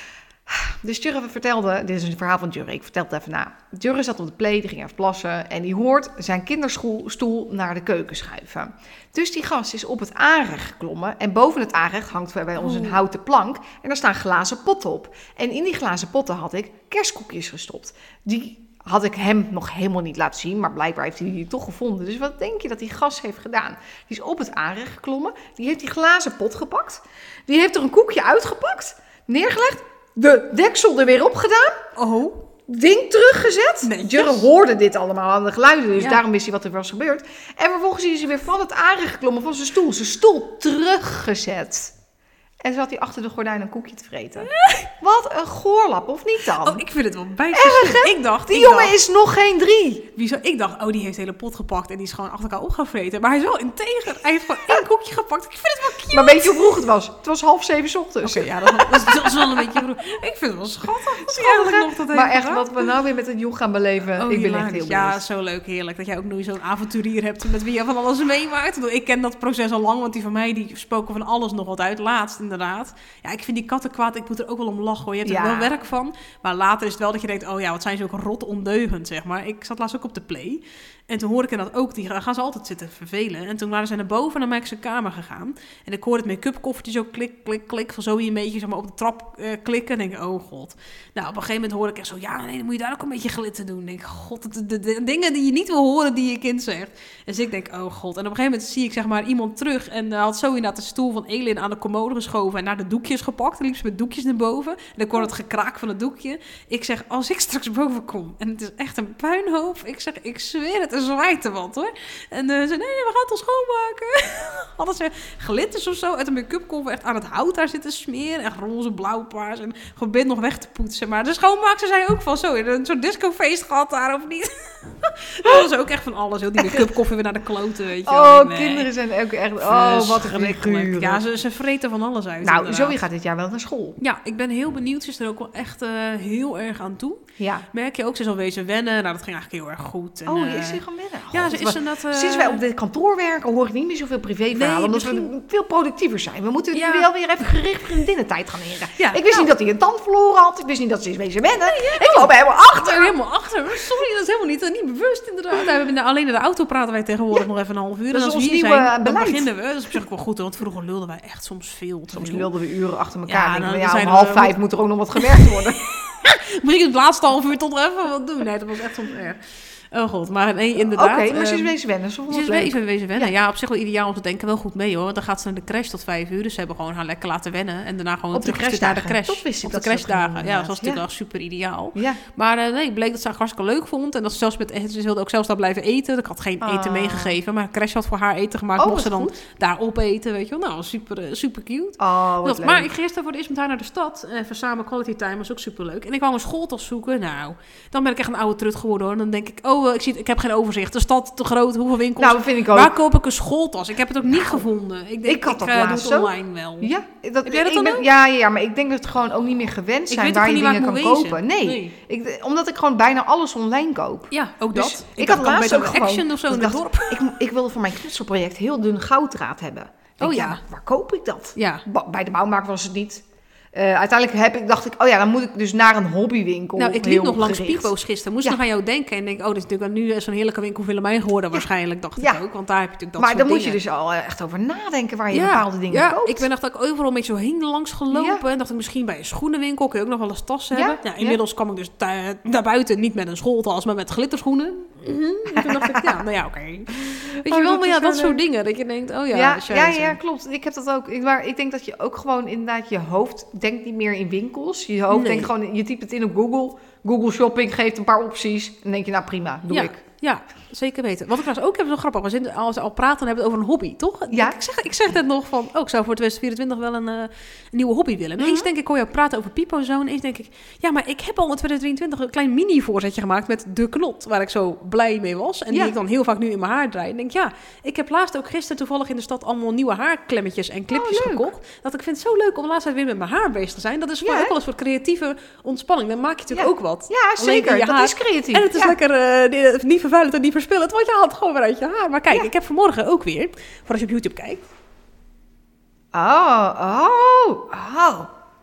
Dus Jurre vertelde, dit is een verhaal van Jurre, ik vertel het even na. Jurre zat op de play, die ging even plassen en die hoort zijn kinderstoel naar de keuken schuiven. Dus die gast is op het aanrecht geklommen en boven het aanrecht hangt bij ons een houten plank en daar staan glazen potten op. En in die glazen potten had ik kerstkoekjes gestopt. Die had ik hem nog helemaal niet laten zien, maar blijkbaar heeft hij die toch gevonden. Dus wat denk je dat die gast heeft gedaan? Die is op het aanrecht geklommen, die heeft die glazen pot gepakt, die heeft er een koekje uitgepakt, neergelegd, de deksel er weer op gedaan, ding teruggezet. Jurre hoorde dit allemaal aan de geluiden, dus daarom wist hij wat er was gebeurd. En vervolgens is hij weer van het aanrecht geklommen van zijn stoel teruggezet. En zo had hij achter de gordijn een koekje te vreten. Wat een goorlap, of niet dan? Oh, ik vind het wel bijzonder. Ik dacht, die jongen is nog geen 3. Ik dacht, die heeft de hele pot gepakt en die is gewoon achter elkaar op gaan vreten. Maar hij is wel integer. Hij heeft gewoon 1 koekje gepakt. Ik vind het wel cute. Maar weet je hoe vroeg het was? Het was 6:30 ochtends. Oké, ja, dat is wel een beetje vroeg. Ik vind het wel schattig. Maar echt, wat we nou weer met het joch gaan beleven. Ik ben echt heel blij. Ja, zo leuk, heerlijk. Dat jij ook nu zo'n avonturier hebt met wie je van alles meemaakt. Ik ken dat proces al lang, want die van mij die spoken van alles nog wat uit. Laatst inderdaad. Ja, ik vind die katten kwaad. Ik moet er ook wel om lachen hoor. Je hebt er wel werk van. Maar later is het wel dat je denkt, wat zijn ze ook rot ondeugend, zeg maar. Ik zat laatst ook op de play. En toen hoorde ik inderdaad ook, die gaan ze altijd zitten vervelen. En toen waren ze naar boven naar mijn kamer gegaan. En ik hoorde het make-up koffertje zo klik, klik, klik. Van zo hier een beetje zeg maar, op de trap klikken. En denk ik, oh god. Nou, op een gegeven moment hoorde ik echt zo, dan moet je daar ook een beetje glitter doen. En denk ik, god, de dingen die je niet wil horen die je kind zegt. Dus ik denk, oh god. En op een gegeven moment zie ik zeg maar iemand terug. En had zo inderdaad de stoel van Elin aan de commode geschoven. En naar de doekjes gepakt. En liep ze met doekjes naar boven. En dan kon het gekraak van het doekje. Ik zeg, als ik straks boven kom. En het is echt een puinhoop. Ik zeg, ik zweer het, er zwaait er wat hoor. En ze zei, nee, we gaan het al schoonmaken. Hadden ze glitters of zo uit een make-up koffer echt aan het hout daar zitten smeren. Echt roze, blauw, paars. En probeert nog weg te poetsen. Maar de schoonmaakster zei ook van, zo, een soort discofeest gehad daar of niet? Dat was ook echt van alles. Heel die make-up koffer weer naar de kloten, weet je wel. Nee. Kinderen zijn ook echt, wat een figuur. Ja, ze vreten van alles uit. Nou, Zoe gaat dit jaar wel naar school. Ja, ik ben heel benieuwd. Ze is er ook wel echt heel erg aan toe. Ja. Merk je ook, ze is al wezen wennen. Nou, dat ging eigenlijk heel erg goed. En, is ze gaan wennen? Ja, ze is er dat... Sinds wij op dit kantoor werken, hoor ik niet meer zoveel privéverhalen. Omdat we veel productiever zijn. We moeten nu wel weer even gericht vriendinnentijd gaan leren. Ja, ik wist niet dat hij een tand verloren had. Ik wist niet dat ze is wezen wennen. Ik loop helemaal achter. Sorry, dat is helemaal niet bewust inderdaad. We hebben alleen in de auto praten wij tegenwoordig nog even een half uur. Dat en is als ons we hier nieuwe zijn, dan beleid. beginnen we. Dat is op zich ook wel goed, want vroeger lulden wij echt soms veel. Soms lulden we uren achter elkaar. Ja, om 4:30 moet er ook nog wat gewerkt worden. Misschien het laatste half uur tot even wat doen. Nee, dat was echt soms erg. Oh god, maar nee, inderdaad. Oké, maar ze is wezen wennen. Ze is wezen wennen. Ja, op zich wel ideaal om te denken. Wel goed mee hoor. Want dan gaat ze naar de crash tot 5 uur. Dus ze hebben gewoon haar lekker laten wennen. En daarna gewoon terug naar de crash. Dat wist ik. Op de crashdagen. Ja, dat was natuurlijk wel super ideaal. Ja. Maar nee, bleek dat ze haar hartstikke leuk vond. En dat ze zelfs ze wilde ook zelfs daar blijven eten. Ik had geen eten meegegeven. Maar crash had voor haar eten gemaakt. Mocht ze dan daar opeten, weet je wel. Nou, super cute. Wat leuk. Maar ik gisteren voor het eerst met haar naar de stad. Even samen quality time. Was ook super leuk. En ik wou een schooltas zoeken. Nou, dan ben ik echt een oude trut geworden hoor. En dan denk ik, ik heb geen overzicht. De stad te groot, hoeveel winkels. Nou, vind ik ook. Waar koop ik een schooltas? Ik heb het ook niet gevonden. Ik had dat laatst doe het online wel. Ja, heb jij dat dan ook? Ja, maar ik denk dat het gewoon ook niet meer gewend zijn waar je dingen kan kopen. Nee. Omdat ik gewoon bijna alles online koop. Ja, ook dus dat. Ik had laatst ook gewoon Action of zo in het dorp. Ik wilde voor mijn knutselproject heel dun gouddraad hebben. Waar koop ik dat? Ja. Bij de bouwmarkt was het niet. Uiteindelijk dacht ik, dan moet ik dus naar een hobbywinkel. Nou, ik liep nog langs Pipo's gisteren. Moest nog aan jou denken. En denk, dit is natuurlijk nu zo'n heerlijke winkel Willemijn geworden waarschijnlijk, dacht ik ook. Want daar heb je natuurlijk dat maar soort dan dingen. moet je dus al echt over nadenken waar je bepaalde dingen koopt. Ik ben dacht ik overal een beetje zo heen langs gelopen. En dacht ik misschien bij een schoenenwinkel kun je ook nog wel eens tas hebben. Ja, inmiddels kwam ik dus naar buiten niet met een schooltas, maar met glitterschoenen. En toen dacht ik, oké. Weet je wel, maar dat soort dingen. Dat je denkt, ja, klopt. Ik heb dat ook. Maar ik denk dat je ook gewoon inderdaad je hoofd denkt niet meer in winkels. Je hoofd denkt gewoon, je typt het in op Google. Google Shopping geeft een paar opties. En dan denk je, nou prima, doe ik. Ja, zeker weten. Wat ik trouwens ook heb, is wel grappig. Als we al praten, hebben we het over een hobby, toch? Ja. Ik zeg net nog van, ik zou voor 2024 wel een nieuwe hobby willen. Eens denk ik, hoor je praten over Pipo-zone. Eens denk ik, maar ik heb al in 2023 een klein mini-voorzetje gemaakt met de knot, waar ik zo blij mee was. En die ik dan heel vaak nu in mijn haar draai. En denk, ik heb laatst ook gisteren toevallig in de stad allemaal nieuwe haarklemmetjes en clipjes gekocht. Dat ik vind het zo leuk om de laatste tijd weer met mijn haar bezig te zijn. Dat is voor ook wel een soort creatieve ontspanning. Dan maak je natuurlijk ook wat. Ja, zeker. Dat is creatief. En het is lekker niet vervuilend en niet verspillend, want je haalt gewoon weer uit je haar. Maar kijk, ik heb vanmorgen ook weer, voor als je op YouTube kijkt.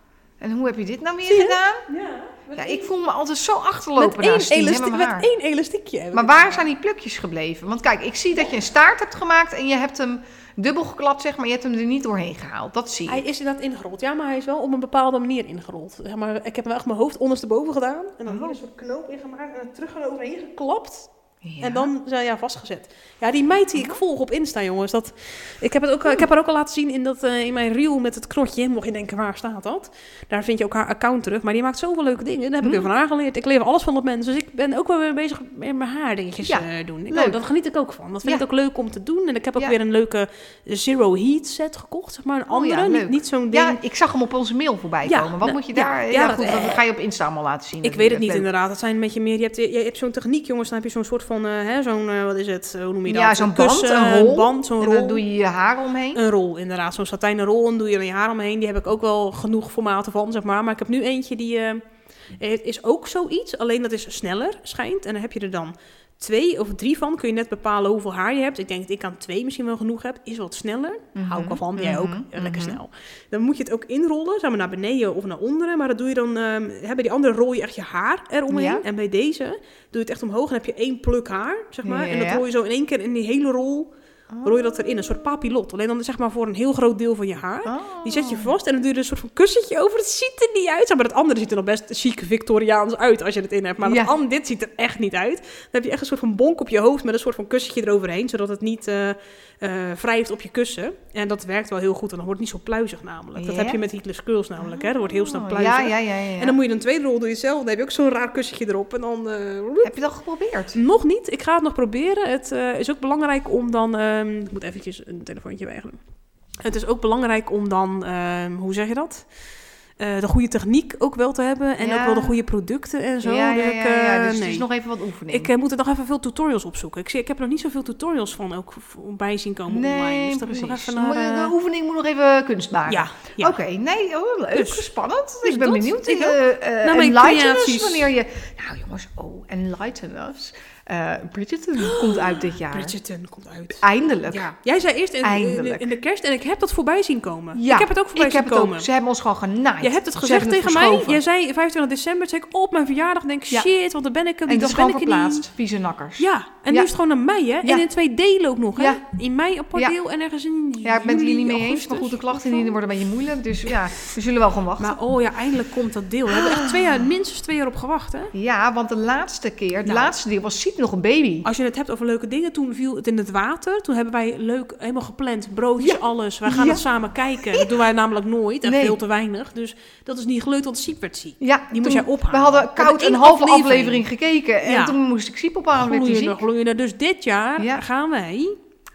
En hoe heb je dit nou weer gedaan? Ja, ik voel me altijd zo achterlopen met één elastiekje. Maar waar zijn die plukjes gebleven? Want kijk, ik zie dat je een staart hebt gemaakt en je hebt hem dubbel geklapt, zeg maar. Je hebt hem er niet doorheen gehaald. Dat zie je. Hij is inderdaad ingerold. Ja, maar hij is wel op een bepaalde manier ingerold. Zeg maar, ik heb wel echt mijn hoofd ondersteboven gedaan. En dan hier een soort knoop in gemaakt en er terug overheen geklapt. Ja. En dan zijn vastgezet. Ja, die meid die ik volg op Insta, jongens. Ik heb haar ook al laten zien in mijn reel met het knotje. Mocht je denken, waar staat dat? Daar vind je ook haar account terug. Maar die maakt zoveel leuke dingen. Daar heb ik weer van haar geleerd. Ik leer alles van dat mensen. Dus ik ben ook wel weer bezig met mijn haar dingetjes doen. Dat geniet ik ook van. Dat vind ik ook leuk om te doen. En ik heb ook weer een leuke Zero Heat set gekocht. Zeg maar een andere. Niet zo'n ding. Ja, ik zag hem op onze mail voorbij komen. Wat moet je daar... dat ga je op Insta allemaal laten zien. Ik weet het niet inderdaad. Het zijn een beetje meer... Je hebt zo'n techniek, jongens. Dan heb je zo'n soort van... wat is het? Hoe noem je dat? Ja, zo'n band, een rol. Zo'n en rol. dan doe je je haar omheen. Een rol, inderdaad. Zo'n satijnen rol en doe je er je haar omheen. Die heb ik ook wel genoeg formaten van, zeg maar. Maar ik heb nu eentje die is ook zoiets. Alleen dat is sneller, schijnt. En dan heb je er dan 2 of 3 van. Kun je net bepalen hoeveel haar je hebt. Ik denk dat ik aan 2 misschien wel genoeg heb. Is wat sneller. Hou ik al van. Jij ook. Lekker snel. Dan moet je het ook inrollen. Zeg maar naar beneden of naar onderen. Maar dat doe je dan... bij die andere rol je echt je haar eromheen. Ja. En bij deze doe je het echt omhoog. En heb je 1 pluk haar, zeg maar. Ja. En dat rol je zo in één keer in die hele rol... rol je dat erin, een soort papillot. Alleen dan zeg maar voor een heel groot deel van je haar. Die zet je vast en dan doe je er een soort van kussentje over. Het ziet er niet uit. Maar het andere ziet er nog best chic Victoriaans uit als je het in hebt. Maar dit ziet er echt niet uit. Dan heb je echt een soort van bonk op je hoofd met een soort van kussentje eroverheen. Zodat het niet wrijft op je kussen. En dat werkt wel heel goed. En dan wordt het niet zo pluizig namelijk. Dat heb je met Heatless Curls namelijk. Hè? Dat wordt heel snel pluizig. Ja. En dan moet je een tweede rol, doe je zelf. Dan heb je ook zo'n raar kussentje erop. En dan, heb je dat geprobeerd? Nog niet. Ik ga het nog proberen. Het is ook belangrijk om dan... ik moet eventjes een telefoontje weigeren. Het is ook belangrijk om dan, hoe zeg je dat? De goede techniek ook wel te hebben. En ook wel de goede producten en zo. Dus het is nog even wat oefening. Ik moet er nog even veel tutorials opzoeken. Ik heb er nog niet zoveel tutorials van ook bij zien komen online. Dus precies. Nog even naar, de oefening moet nog even kunst maken. Ja. Oké, leuk. Dus, spannend. Dus ik ben benieuwd. Enlighten us wanneer je... Nou jongens, enlighten us. Bridgerton komt uit dit jaar. Bridgerton komt uit. Eindelijk. Ja. Jij zei eerst in de kerst en ik heb dat voorbij zien komen. Ja, ik heb het ook voorbij zien komen. Ze hebben ons gewoon genaaid. Je hebt het gezegd tegen mij. Jij zei 25 december. Zei ik op mijn verjaardag. Denk shit, want dan ben ik hem. En dat is gewoon verplaatst. Vieze nakkers. Ja, en nu is het gewoon naar mei, hè? En in 2 delen ook nog, hè? Ja. In mei apart deel en ergens in juli, ik ben het hier niet mee eens. Maar goed, de klachten indienen worden een beetje moeilijk. Dus ja, we zullen wel gewoon wachten. Maar eindelijk komt dat deel. We hebben echt minstens 2 jaar op gewacht, hè? Ja, want de laatste keer, het laatste deel was Siep nog een baby. Als je het hebt over leuke dingen, toen viel het in het water. Toen hebben wij leuk, helemaal gepland, broodjes, alles. Wij gaan het samen kijken. Dat doen wij namelijk nooit en veel te weinig. Dus dat is niet gelukt, want Siep werd ziek. Ja, die moest jij ophalen. We hadden koud een halve aflevering gekeken. En toen moest ik Siep ophalen. Gloeiende. Dus dit jaar gaan wij...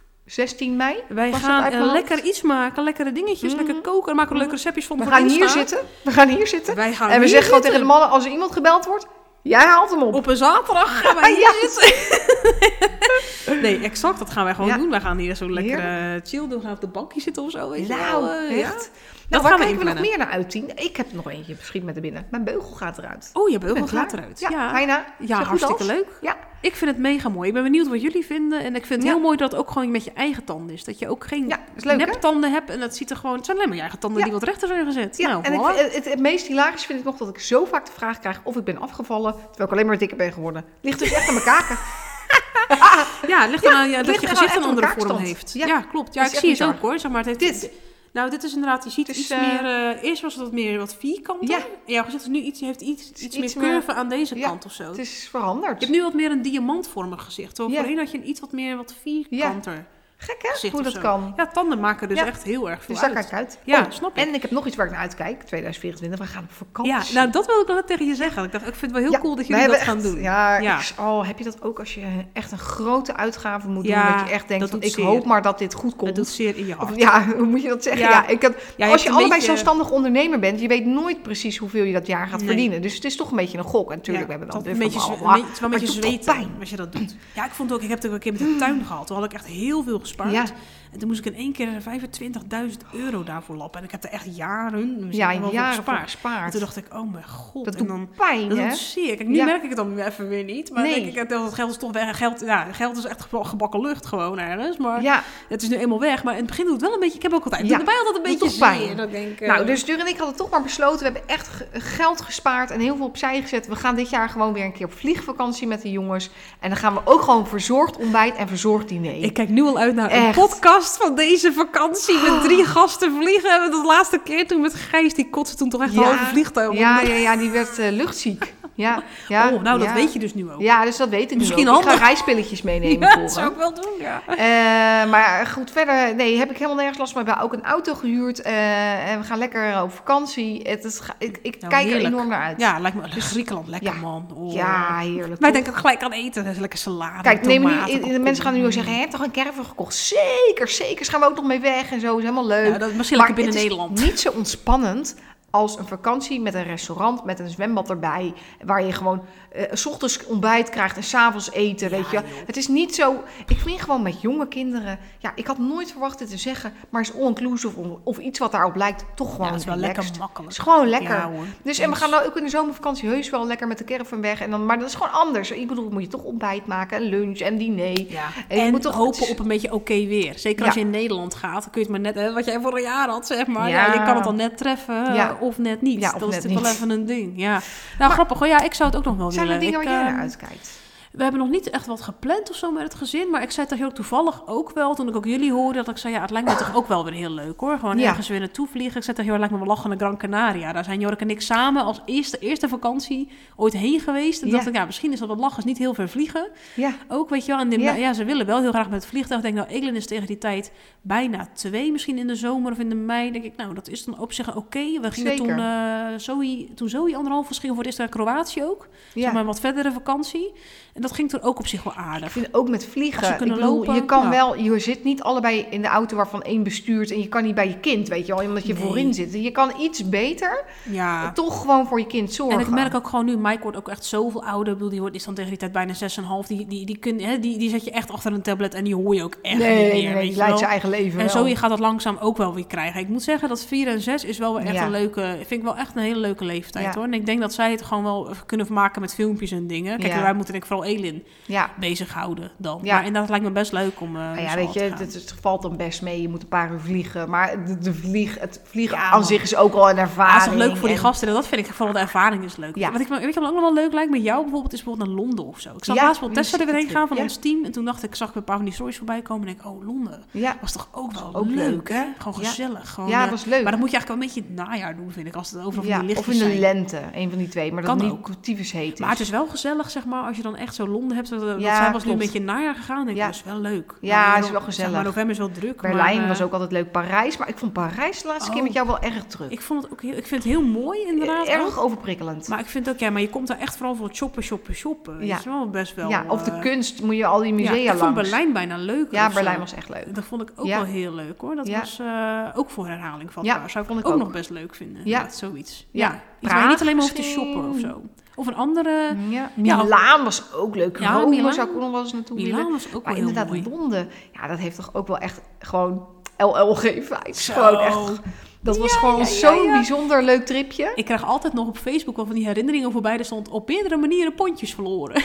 16 mei? Wij gaan lekker iets maken, lekkere dingetjes, lekker koken. Maken we leuke receptjes van. We gaan hier zitten. En we zeggen gewoon tegen de mannen, als er iemand gebeld wordt... Jij haalt hem op. Op een zaterdag gaan wij hier zitten. Nee, exact. Dat gaan wij gewoon doen. Wij gaan hier zo lekker chill doen. We gaan op de bankje zitten of zo. Weet je wel. Echt? Nou, waar kijken we nog meer naar uit, Tien? Ik heb er nog eentje misschien met er binnen. Mijn beugel gaat eruit. Oh, je beugel gaat eruit. Ja, bijna. Ja, hartstikke leuk. Ja. Ik vind het mega mooi. Ik ben benieuwd wat jullie vinden. En ik vind het heel mooi dat het ook gewoon met je eigen tanden is. Dat je ook geen neptanden hebt. En dat ziet er gewoon... Het zijn alleen maar je eigen tanden die wat rechter zijn gezet. Ja, nou, en het meest hilarisch vind ik nog dat ik zo vaak de vraag krijg of ik ben afgevallen, terwijl ik alleen maar dikker ben geworden. Ligt dus echt aan mijn kaken. Het ligt aan dat je gezicht een andere vorm heeft. Ja, klopt. Ja, ik zie het ook hoor. Zeg maar, dit is inderdaad, je ziet iets meer... Eerst was het wat vierkanter. Ja. Jouw gezicht is nu heeft iets meer curve aan deze kant of zo. Het is veranderd. Je hebt nu wat meer een diamantvormig gezicht. Voorheen had je wat vierkanter. Gek hè, hoe dat kan. Ja, tanden maken dus echt heel erg veel dus daar kijk ik uit. Ja, snap ik. En ik heb nog iets waar ik naar uitkijk, 2024. We gaan op vakantie. Ja, nou dat wil ik net tegen je zeggen. Ik vind het wel heel cool dat jullie dat gaan doen. Heb je dat ook als je echt een grote uitgave moet doen? Dat je echt denkt, ik hoop maar dat dit goed komt. Het doet zeer in je hart. Hoe moet je dat zeggen? Als je allebei zelfstandig ondernemer bent, je weet nooit precies hoeveel je dat jaar gaat verdienen. Dus het is toch een beetje een gok. En natuurlijk, we hebben dan een beetje zweten als je dat doet. Ja, ik vond ook, ik heb het ook een keer met de tuin gehad. Toen had ik echt heel veel gespaard. Ja. En toen moest ik in 1 keer €25.000 daarvoor lappen. En ik heb er echt jaren voor gespaard. En toen dacht ik, oh mijn god. Dat en doet dan, pijn, dat hè? doet zeer. Kijk, nu merk ik het dan even weer niet. Maar dan denk ik, dat geld is toch weg. Geld is echt gebakken lucht gewoon ergens. Maar het is nu eenmaal weg. Maar in het begin doet het wel een beetje... Ik heb ook altijd... Het doet erbij altijd een beetje zeer. Dat denk, nou, dus Dur en ik hadden toch maar besloten. We hebben echt geld gespaard en heel veel opzij gezet. We gaan dit jaar gewoon weer een keer op vliegvakantie met de jongens. En dan gaan we ook gewoon verzorgd ontbijt en verzorgd diner. Ik kijk nu al uit naar een podcast van deze vakantie. Met 3 gasten vliegen. De laatste keer toen met Gijs, die kotste toen toch echt een halve vliegtuig. Ja, die werd luchtziek. Ja. Dat weet je dus nu ook. Ja, dus dat weet ik Misschien nu ook. Ik ga reispilletjes meenemen. Ja, dat zou ik wel doen, ja. Maar goed, verder heb ik helemaal nergens last van. We hebben ook een auto gehuurd. En we gaan lekker op vakantie. Ik kijk er enorm naar uit. Ja, lijkt me Griekenland lekker, man. Oh. Ja, heerlijk. Wij denken gelijk aan eten. Dat is lekker salade. Kijk, de mensen gaan nu ook zeggen, toch een caravan gekocht? Zeker. Gaan we ook nog mee weg en zo. Is helemaal leuk. Ja, dat is misschien lekker binnen Nederland. Het is niet zo ontspannend als een vakantie met een restaurant, met een zwembad erbij, waar je gewoon 's ochtends ontbijt krijgt en 's avonds eten, weet je. Joh. Het is niet zo... Ik vind gewoon met jonge kinderen... Ja, ik had nooit verwacht dit te zeggen, maar is all-inclusive of iets wat daarop lijkt, toch gewoon het is wel lekker makkelijk. Het is gewoon lekker. Ja, hoor. Dus, en we gaan nou ook in de zomervakantie heus wel lekker met de caravan weg. En dan, maar dat is gewoon anders. Ik bedoel, moet je toch ontbijt maken en lunch en diner. Ja. En je moet toch hopen op een beetje oké weer. Zeker als je in Nederland gaat, dan kun je het maar net... wat jij vorig jaar had, zeg maar. Ja, je kan het dan net treffen of net niet. Ja, dat is natuurlijk wel even een ding. Ja. Nou, maar, grappig hoor. Ja, ik zou het ook nog wel willen. Zijn er dingen waar jij naar uitkijkt? We hebben nog niet echt wat gepland of zo met het gezin. Maar ik zei toch ook toevallig ook wel, toen ik ook jullie hoorde, dat ik zei, het lijkt me toch ook wel weer heel leuk hoor. Gewoon ergens weer naartoe vliegen. Ik zei toch, het lijkt me wel lachen naar Gran Canaria. Daar zijn Jork en ik samen als eerste vakantie ooit heen geweest. En dacht ik, misschien is dat wat lachen, is niet heel ver vliegen. Ja. Ook, weet je wel. En ze willen wel heel graag met het vliegtuig. Ik denk, Elin is tegen die tijd bijna 2, misschien in de zomer of in de mei. Denk ik, dat is dan op zich oké. We gingen toen Zoe 1,5 was, gingen voor het eerst naar Kroatië ook. Zeg maar een wat verdere vakantie. En dat ging toen ook op zich wel aardig. Ik vind ook met vliegen. Je kan wel, je zit niet allebei in de auto waarvan één bestuurt en je kan niet bij je kind, weet je wel, omdat je voorin zit. Je kan iets beter toch gewoon voor je kind zorgen. En ik merk ook gewoon nu, Mike wordt ook echt zoveel ouder. Ik bedoel, die is dan tegen die tijd bijna 6,5. Die zet je echt achter een tablet en die hoor je ook echt niet meer. Nee, die leidt zijn eigen leven. En Zoe gaat dat langzaam ook wel weer krijgen. Ik moet zeggen dat 4 en 6 is wel echt een leuke, vind ik wel echt een hele leuke leeftijd hoor. En ik denk dat zij het gewoon wel kunnen vermaken met filmpjes en dingen. Kijk, wij moeten denk ik vooral Elin bezighouden dan. Ja. Maar inderdaad lijkt me best leuk om weet je, het valt dan best mee. Je moet een paar uur vliegen. Maar het vliegen aan zich is ook al een ervaring. Dat is toch leuk voor die gasten. Dat vind ik vooral de ervaring is leuk. Ja. Weet je wat ook nog wel leuk lijkt met jou bijvoorbeeld, is bijvoorbeeld naar Londen of zo. Ik zag laatst wel Tessa er weer heen gaan van ons team. En toen dacht ik, zag ik een paar van die stories voorbij komen. En denk Londen. Ja. Was toch ook wel leuk, hè? Gewoon gezellig. Gewoon, dat was leuk. Maar dat moet je eigenlijk wel een beetje in het najaar doen, vind ik. Als het overal van die lichtjes of in de zijn. lente. Een van die twee. Maar dat het niet tyfus heet is. Maar het is wel gezellig, zeg maar, als je dan echt zo Londen hebt. Zij was nu een beetje in het najaar gegaan. Denk ik, dat is wel leuk. Ja, het is wel gezellig. Maar november is wel druk. Berlijn was ook altijd leuk. Parijs. Maar ik vond Parijs de laatste keer met jou wel erg druk. Ik vond het ook ik vind het heel mooi, inderdaad. Erg overprikkelend. Maar ik vind ook, maar je komt daar echt vooral voor het shoppen. Weet je wel, best wel. Ja, of de kunst moet je al die musea langs. Ik vond Berlijn bijna leuk. Ja, Berlijn was echt leuk. Dat vond ik ook wel heel leuk, hoor. Dat was ook voor herhaling vatbaar. Zou ik ook nog best leuk vinden. Ja, zoiets. Ja. Waar je niet alleen maar hoeft te shoppen of zo. Of een andere... Milaan was ook leuk. Rome Milaan zou ik ook nog wel eens naartoe willen. Milaan was ook wel heel inderdaad, mooi. Londen. Ja, dat heeft toch ook wel echt gewoon LLG-vibes. Gewoon echt... Dat was gewoon zo'n bijzonder leuk tripje. Ik krijg altijd nog op Facebook wel van die herinneringen voorbij. Er stond op meerdere manieren pondjes verloren.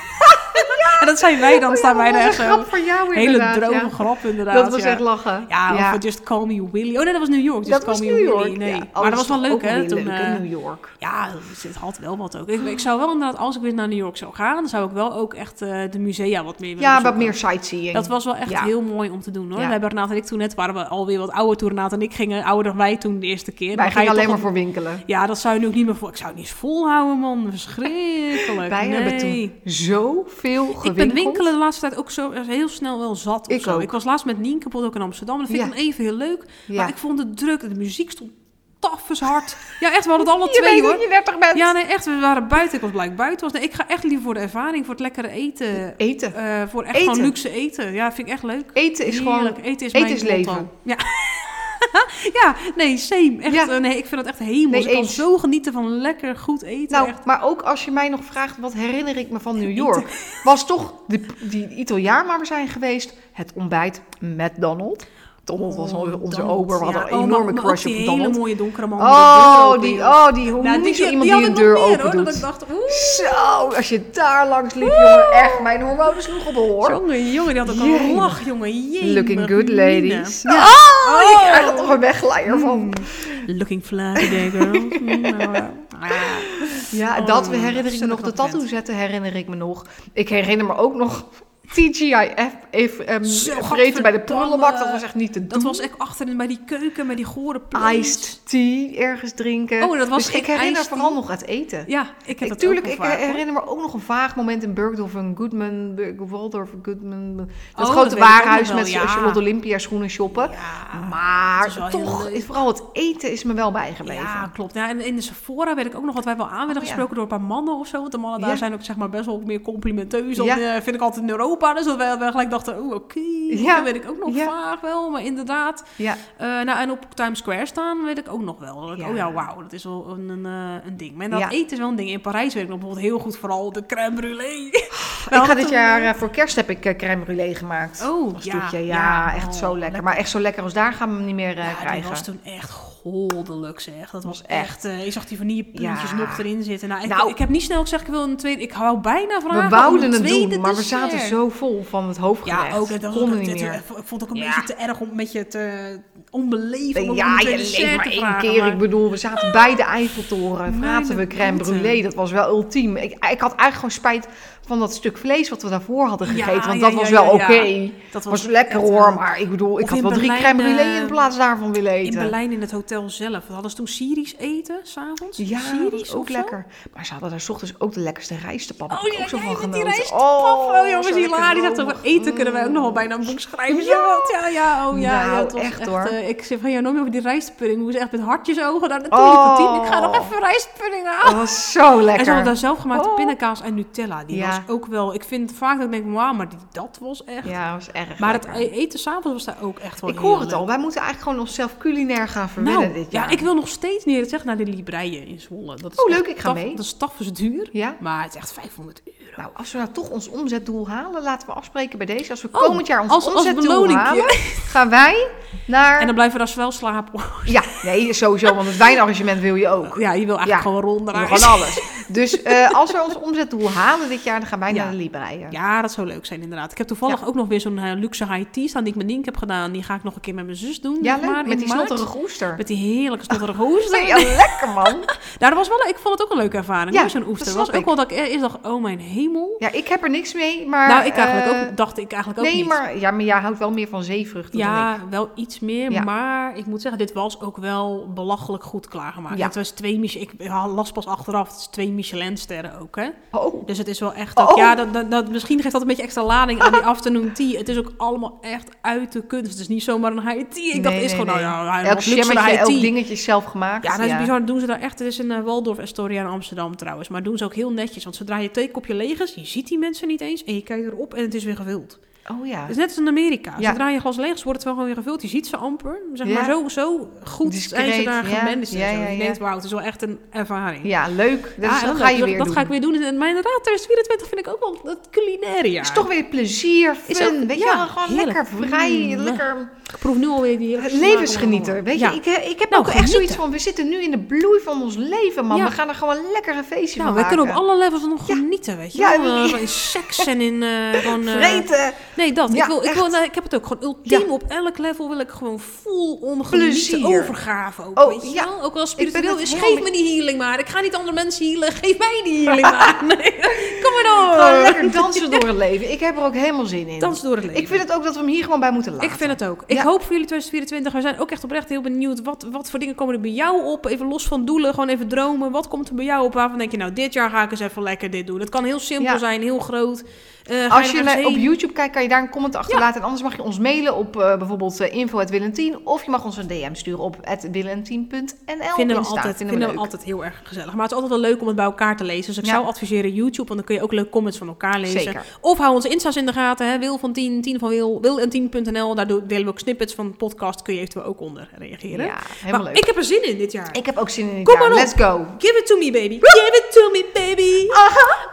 En dat zijn wij dan, staan wij daar echt zo. Hele droge grap inderdaad. Dat was echt lachen. Ja, of Just Call Me Willy. Oh nee, dat was New York. Dat was New York. Nee. Maar dat was wel leuk, hè? Toen New York. Ja, het had wel wat ook. Ik zou wel inderdaad, als ik weer naar New York zou gaan, dan zou ik wel ook echt de musea wat meer willen wat meer sightseeing. Dat was wel echt heel mooi om te doen, hoor. We hebben Renate en ik toen net, waren we alweer wat ouder toen Renate en ik gingen, ouder dan wij toen de eerste keer. Wij gingen alleen maar voor winkelen. Ja, dat zou je nu ook niet meer voor. Ik zou het niet eens volhouden, man. Verschrikkelijk. Wij hebben toen zoveel gewinkeld. Ik ben winkelen de laatste tijd ook zo heel snel wel zat of zo. Ik was laatst met Nienke ook in Amsterdam. Dat vind ik dan even heel leuk. Maar ik vond het druk. De muziek stond taffes hard. Ja, echt, we hadden het alle twee, hoor. Je 30 bent. Ja, nee, echt. We waren buiten. Ik was blij buiten. Nee, ik ga echt liever voor de ervaring, voor het lekkere eten. Voor echt gewoon luxe eten. Ja, vind ik echt leuk. Eten is gewoon... Eten is mijn leven. Ja. Ja, nee, same. Echt, Ja. nee, ik vind dat echt hemels. Nee, Ik kan eens. zo genieten van lekker goed eten. Nou, echt. maar ook als je mij nog vraagt, wat herinner ik me van New York? Was toch die Italiaan waar we zijn geweest, het ontbijt met Donald. Donald was onze Donald, ober, we hadden ja. een enorme maar crush ook op die Donald. hele mooie donkere man Oh, met de deur open, joh. hoe Nou, noem je zo iemand die die een had ik deur nog meer, open hoor, doet? dat ik dacht, Zo, als je daar langs liep, jongen, echt, mijn hormonen sloegen op, hoor. jongen, die had ook Jee. een lach, jongen. Jemig, Looking good, mina. ladies. Ja. Oh, ik krijg er toch een wegglijer van. Looking fly today, girls. Ja, Oh, dat herinner ik me zo nog. De dat tattoo vent. zetten herinner ik me nog. Ik herinner me ook nog TGIF Zo, vreten bij de gadverdamme. prullenbak. Dat was echt niet te doen. Dat was echt achterin bij die keuken, met die gore plates. Iced tea ergens drinken. Oh, dat was dus ik geen herinner iced tea? vooral nog het eten. Ja, ik heb dat Tuurlijk, ook ik wel vaak, hoor. herinner me ook nog een vaag moment in Bergdorf en Goodman, Waldorf Goodman. Dat dat grote weet ik ook warenhuis nog wel, met ja. Charlotte Olympia schoenen shoppen. Ja, het Maar is wel toch, heel leuk. vooral het eten is me wel bijgebleven. Ja, klopt. Ja, en in de Sephora weet ik ook nog wat wij wel aan werden Oh, ja. gesproken door een paar mannen of zo. Want de mannen daar Ja. zijn ook zeg maar best wel meer complimenteus dan Ja. vind ik altijd in Europa. Dus dat wij gelijk dachten, oké, Ja. dat weet ik ook nog Ja. vaag wel. Maar inderdaad. Ja. Nou, en op Times Square staan weet ik ook nog wel. Dat ik, Ja. oh ja, wauw, dat is wel een ding. Maar dat Ja. eten is wel een ding. In Parijs weet ik nog bijvoorbeeld heel goed vooral de crème brûlée. Ik ga dit jaar voor kerst heb ik crème brûlée gemaakt. Oh, Als ja. toetje. Ja, Ja, echt oh, zo lekker. lekker. Maar echt zo lekker als daar gaan we hem niet meer Ja, die krijgen. was toen echt goddelijk, zeg. Dat was echt. echt... je zag die vanillepuntjes Ja. nog erin zitten. Nou, Nou, ik heb niet snel gezegd, ik wil een tweede... Ik wou bijna vragen We om wouden een het tweede doen, maar we dessert. zaten zo vol van het hoofdgerecht. Ja, ook. Dat was konden ook, niet meer. Ik vond het ook een Ja. beetje te erg om een beetje te onbeleefd om Ja, een je tweede leeft dessert maar te één vragen, keer. maar- Ik bedoel, we zaten bij de Eiffeltoren. Vraten we crème Mijn brûlée. Dat was wel ultiem. Ik had eigenlijk gewoon spijt van dat stuk vlees wat we daarvoor hadden Ja, gegeten. Want ja, dat ja, was ja, wel ja. oké. Dat Was lekker echt, hoor. Maar ik bedoel, ik Of had in wel 3 Berlijn, crème brûlée in plaats daarvan willen In eten. Berlijn in het hotel zelf. Hadden ze toen Syrisch eten, s'avonds? Ja, dat Syrisch was ook of zo? lekker. Maar ze hadden daar 's ochtends ook de lekkerste rijstepap. Heb Oh ik ja, ook zo jij van met genoten. die rijstpap. Oh, jongens, zo lekker hilarisch. Echt romig. over eten kunnen wij ook nog wel bijna een boek schrijven. Ja. Zo, want ja, oh ja. Nou, ja, het was echt, hoor. ik zeg van, ja, nooit meer over die rijstpudding. Hoe ze echt met hartjesogen daar naartoe Oh. liepen. Ik ga nog even rijstpudding halen. Dat was zo lekker. En ze hadden daar zelf gemaakte Oh. pindakaas en Nutella. Die Ja. was ook wel... Ik vind vaak dat ik denk, wauw, maar dat was echt... Ja, dat was erg Maar lekker. het eten s'avonds was daar ook echt wel Ik hoor het heel al. Wij moeten eigenlijk gewoon onszelf culinair gaan leuk. verwennen Nou, dit jaar. ja, ik wil nog steeds neer zeg naar de Libreien in Zwolle. Dat is Oh, echt leuk, ik ga mee. Dat is tafels duur, Ja? maar het is echt €500. Nou, als we nou toch ons omzetdoel halen, laten we afspreken bij deze. Als we Oh, komend jaar ons als omzetdoel beloningje. halen, gaan wij naar... En dan blijven we daar wel slapen. Ja, nee, sowieso, want het wijnarrangement wil je ook. Ja, je wil eigenlijk Ja. gewoon rond We eruit. gaan alles. Dus als we ons omzetdoel halen dit jaar, dan gaan wij Ja. naar de Libreien. Ja, dat zou leuk zijn inderdaad. Ik heb toevallig ook nog weer zo'n luxe high tea staan die ik met Nienke heb gedaan. Die ga ik nog een keer met mijn zus doen. Ja, zeg maar, leuk. in Met die maart. snotterige oester. Met die heerlijke snotterige hoesten. Ja, lekker man. Daar was wel, ik vond het ook een leuke ervaring. Ja, hoor, zo'n oester. dat Was snap ook ik. wel dat ik eerst dacht, oh mijn hemel. Ja, ik heb er niks mee, maar... Nou, ik eigenlijk ook, dacht ik eigenlijk ook nee, niet. maar jij houdt wel meer van zeevruchten dan Ja, ik. wel iets meer, Ja. maar ik moet zeggen, dit was ook wel belachelijk goed klaargemaakt. Ja. Het was 2 Michelin, ik las pas achteraf, het is 2 Michelin-sterren ook, hè. Oh, Dus het is wel echt, ook, Oh. ja, misschien geeft dat een beetje extra lading aan die afternoon tea. Het is ook allemaal echt uit de kunst. Het is niet zomaar een high tea. Ik dacht eerst gewoon, nou ja, elk luxe high jammetje, elk tea. dingetje is zelf gemaakt. Ja, dat is bizar. Dat doen ze daar echt. Het is een Waldorf Astoria in Amsterdam trouwens. Maar doen ze ook heel netjes. Want zodra je 2 kopje leeg is, je ziet die mensen niet eens. En je kijkt erop en het is weer gevuld. Oh ja. Het is net als in Amerika. Ja. Zodra je glas leeg is, wordt het wel gewoon weer gevuld. Je ziet ze amper. Zeg Ja. maar zo goed Discreet, zijn ze daar ja. gemanaged. Ja, en zo. ja, Je ja. denkt, wauw, het is wel echt een ervaring. Ja, leuk. Dus Ja, dat en ga je dat, weer dat doen. ga ik weer doen. Maar inderdaad, 2024 vind ik ook wel het culinaire jaar. Het is toch weer plezier, Is fun. ook- weet je ja, wel, gewoon heerlijk. lekker vrij, Mm. lekker Ik proef nu alweer die hele levensgenieter. Weet je, Ja. ik heb Nou, ook echt genieten. zoiets van, we zitten nu in de bloei van ons leven, man. Ja. We gaan er gewoon lekker een feestje Nou, van we kunnen op maken. alle levels nog genieten, weet je Ja, wel. ja. In seks en in gewoon... Vreten. Nee, dat. Ja, Ik heb het ook gewoon ultiem. Ja. Op elk level wil ik gewoon full ongenieten, Plezier. overgave ook, Oh, weet je ja. wel? Ook wel Ik spiritueel ben het is, helemaal geef me die healing maar. Ik ga niet andere mensen healen, geef mij die healing maar. Nee, kom maar door. Gewoon lekker dansen door het leven. Ik heb er ook helemaal zin in. Dans door het leven. Ik vind het ook dat we hem hier gewoon bij moeten laten. Ik vind het ook. Ik Ja. hoop voor jullie 2024. We zijn ook echt oprecht heel benieuwd. Wat voor dingen komen er bij jou op? Even los van doelen, gewoon even dromen. Wat komt er bij jou op? Waarvan denk je, nou, dit jaar ga ik eens even lekker dit doen. Het kan heel simpel Ja. zijn, heel groot. Als je op YouTube kijkt, kan je daar een comment achterlaten. En anders mag je ons mailen op bijvoorbeeld info@willentien. Of je mag ons een DM sturen op @willentien.nl. Vinden we altijd heel erg gezellig. Maar het is altijd wel leuk om het bij elkaar te lezen. Dus ik zou adviseren YouTube, want dan kun je ook leuk comments van elkaar lezen. Zeker. Of hou onze Insta's in de gaten. Hè? Wil van 10, 10 van Wil, willentien.nl. Daar delen we ook snippets van de podcast. Kun je eventueel ook onder reageren. Ja, helemaal leuk. Ik heb er zin in dit jaar. Ik heb ook zin in dit Kom jaar. maar op. Let's go. Give it to me, baby. Give it to me, baby. Aha.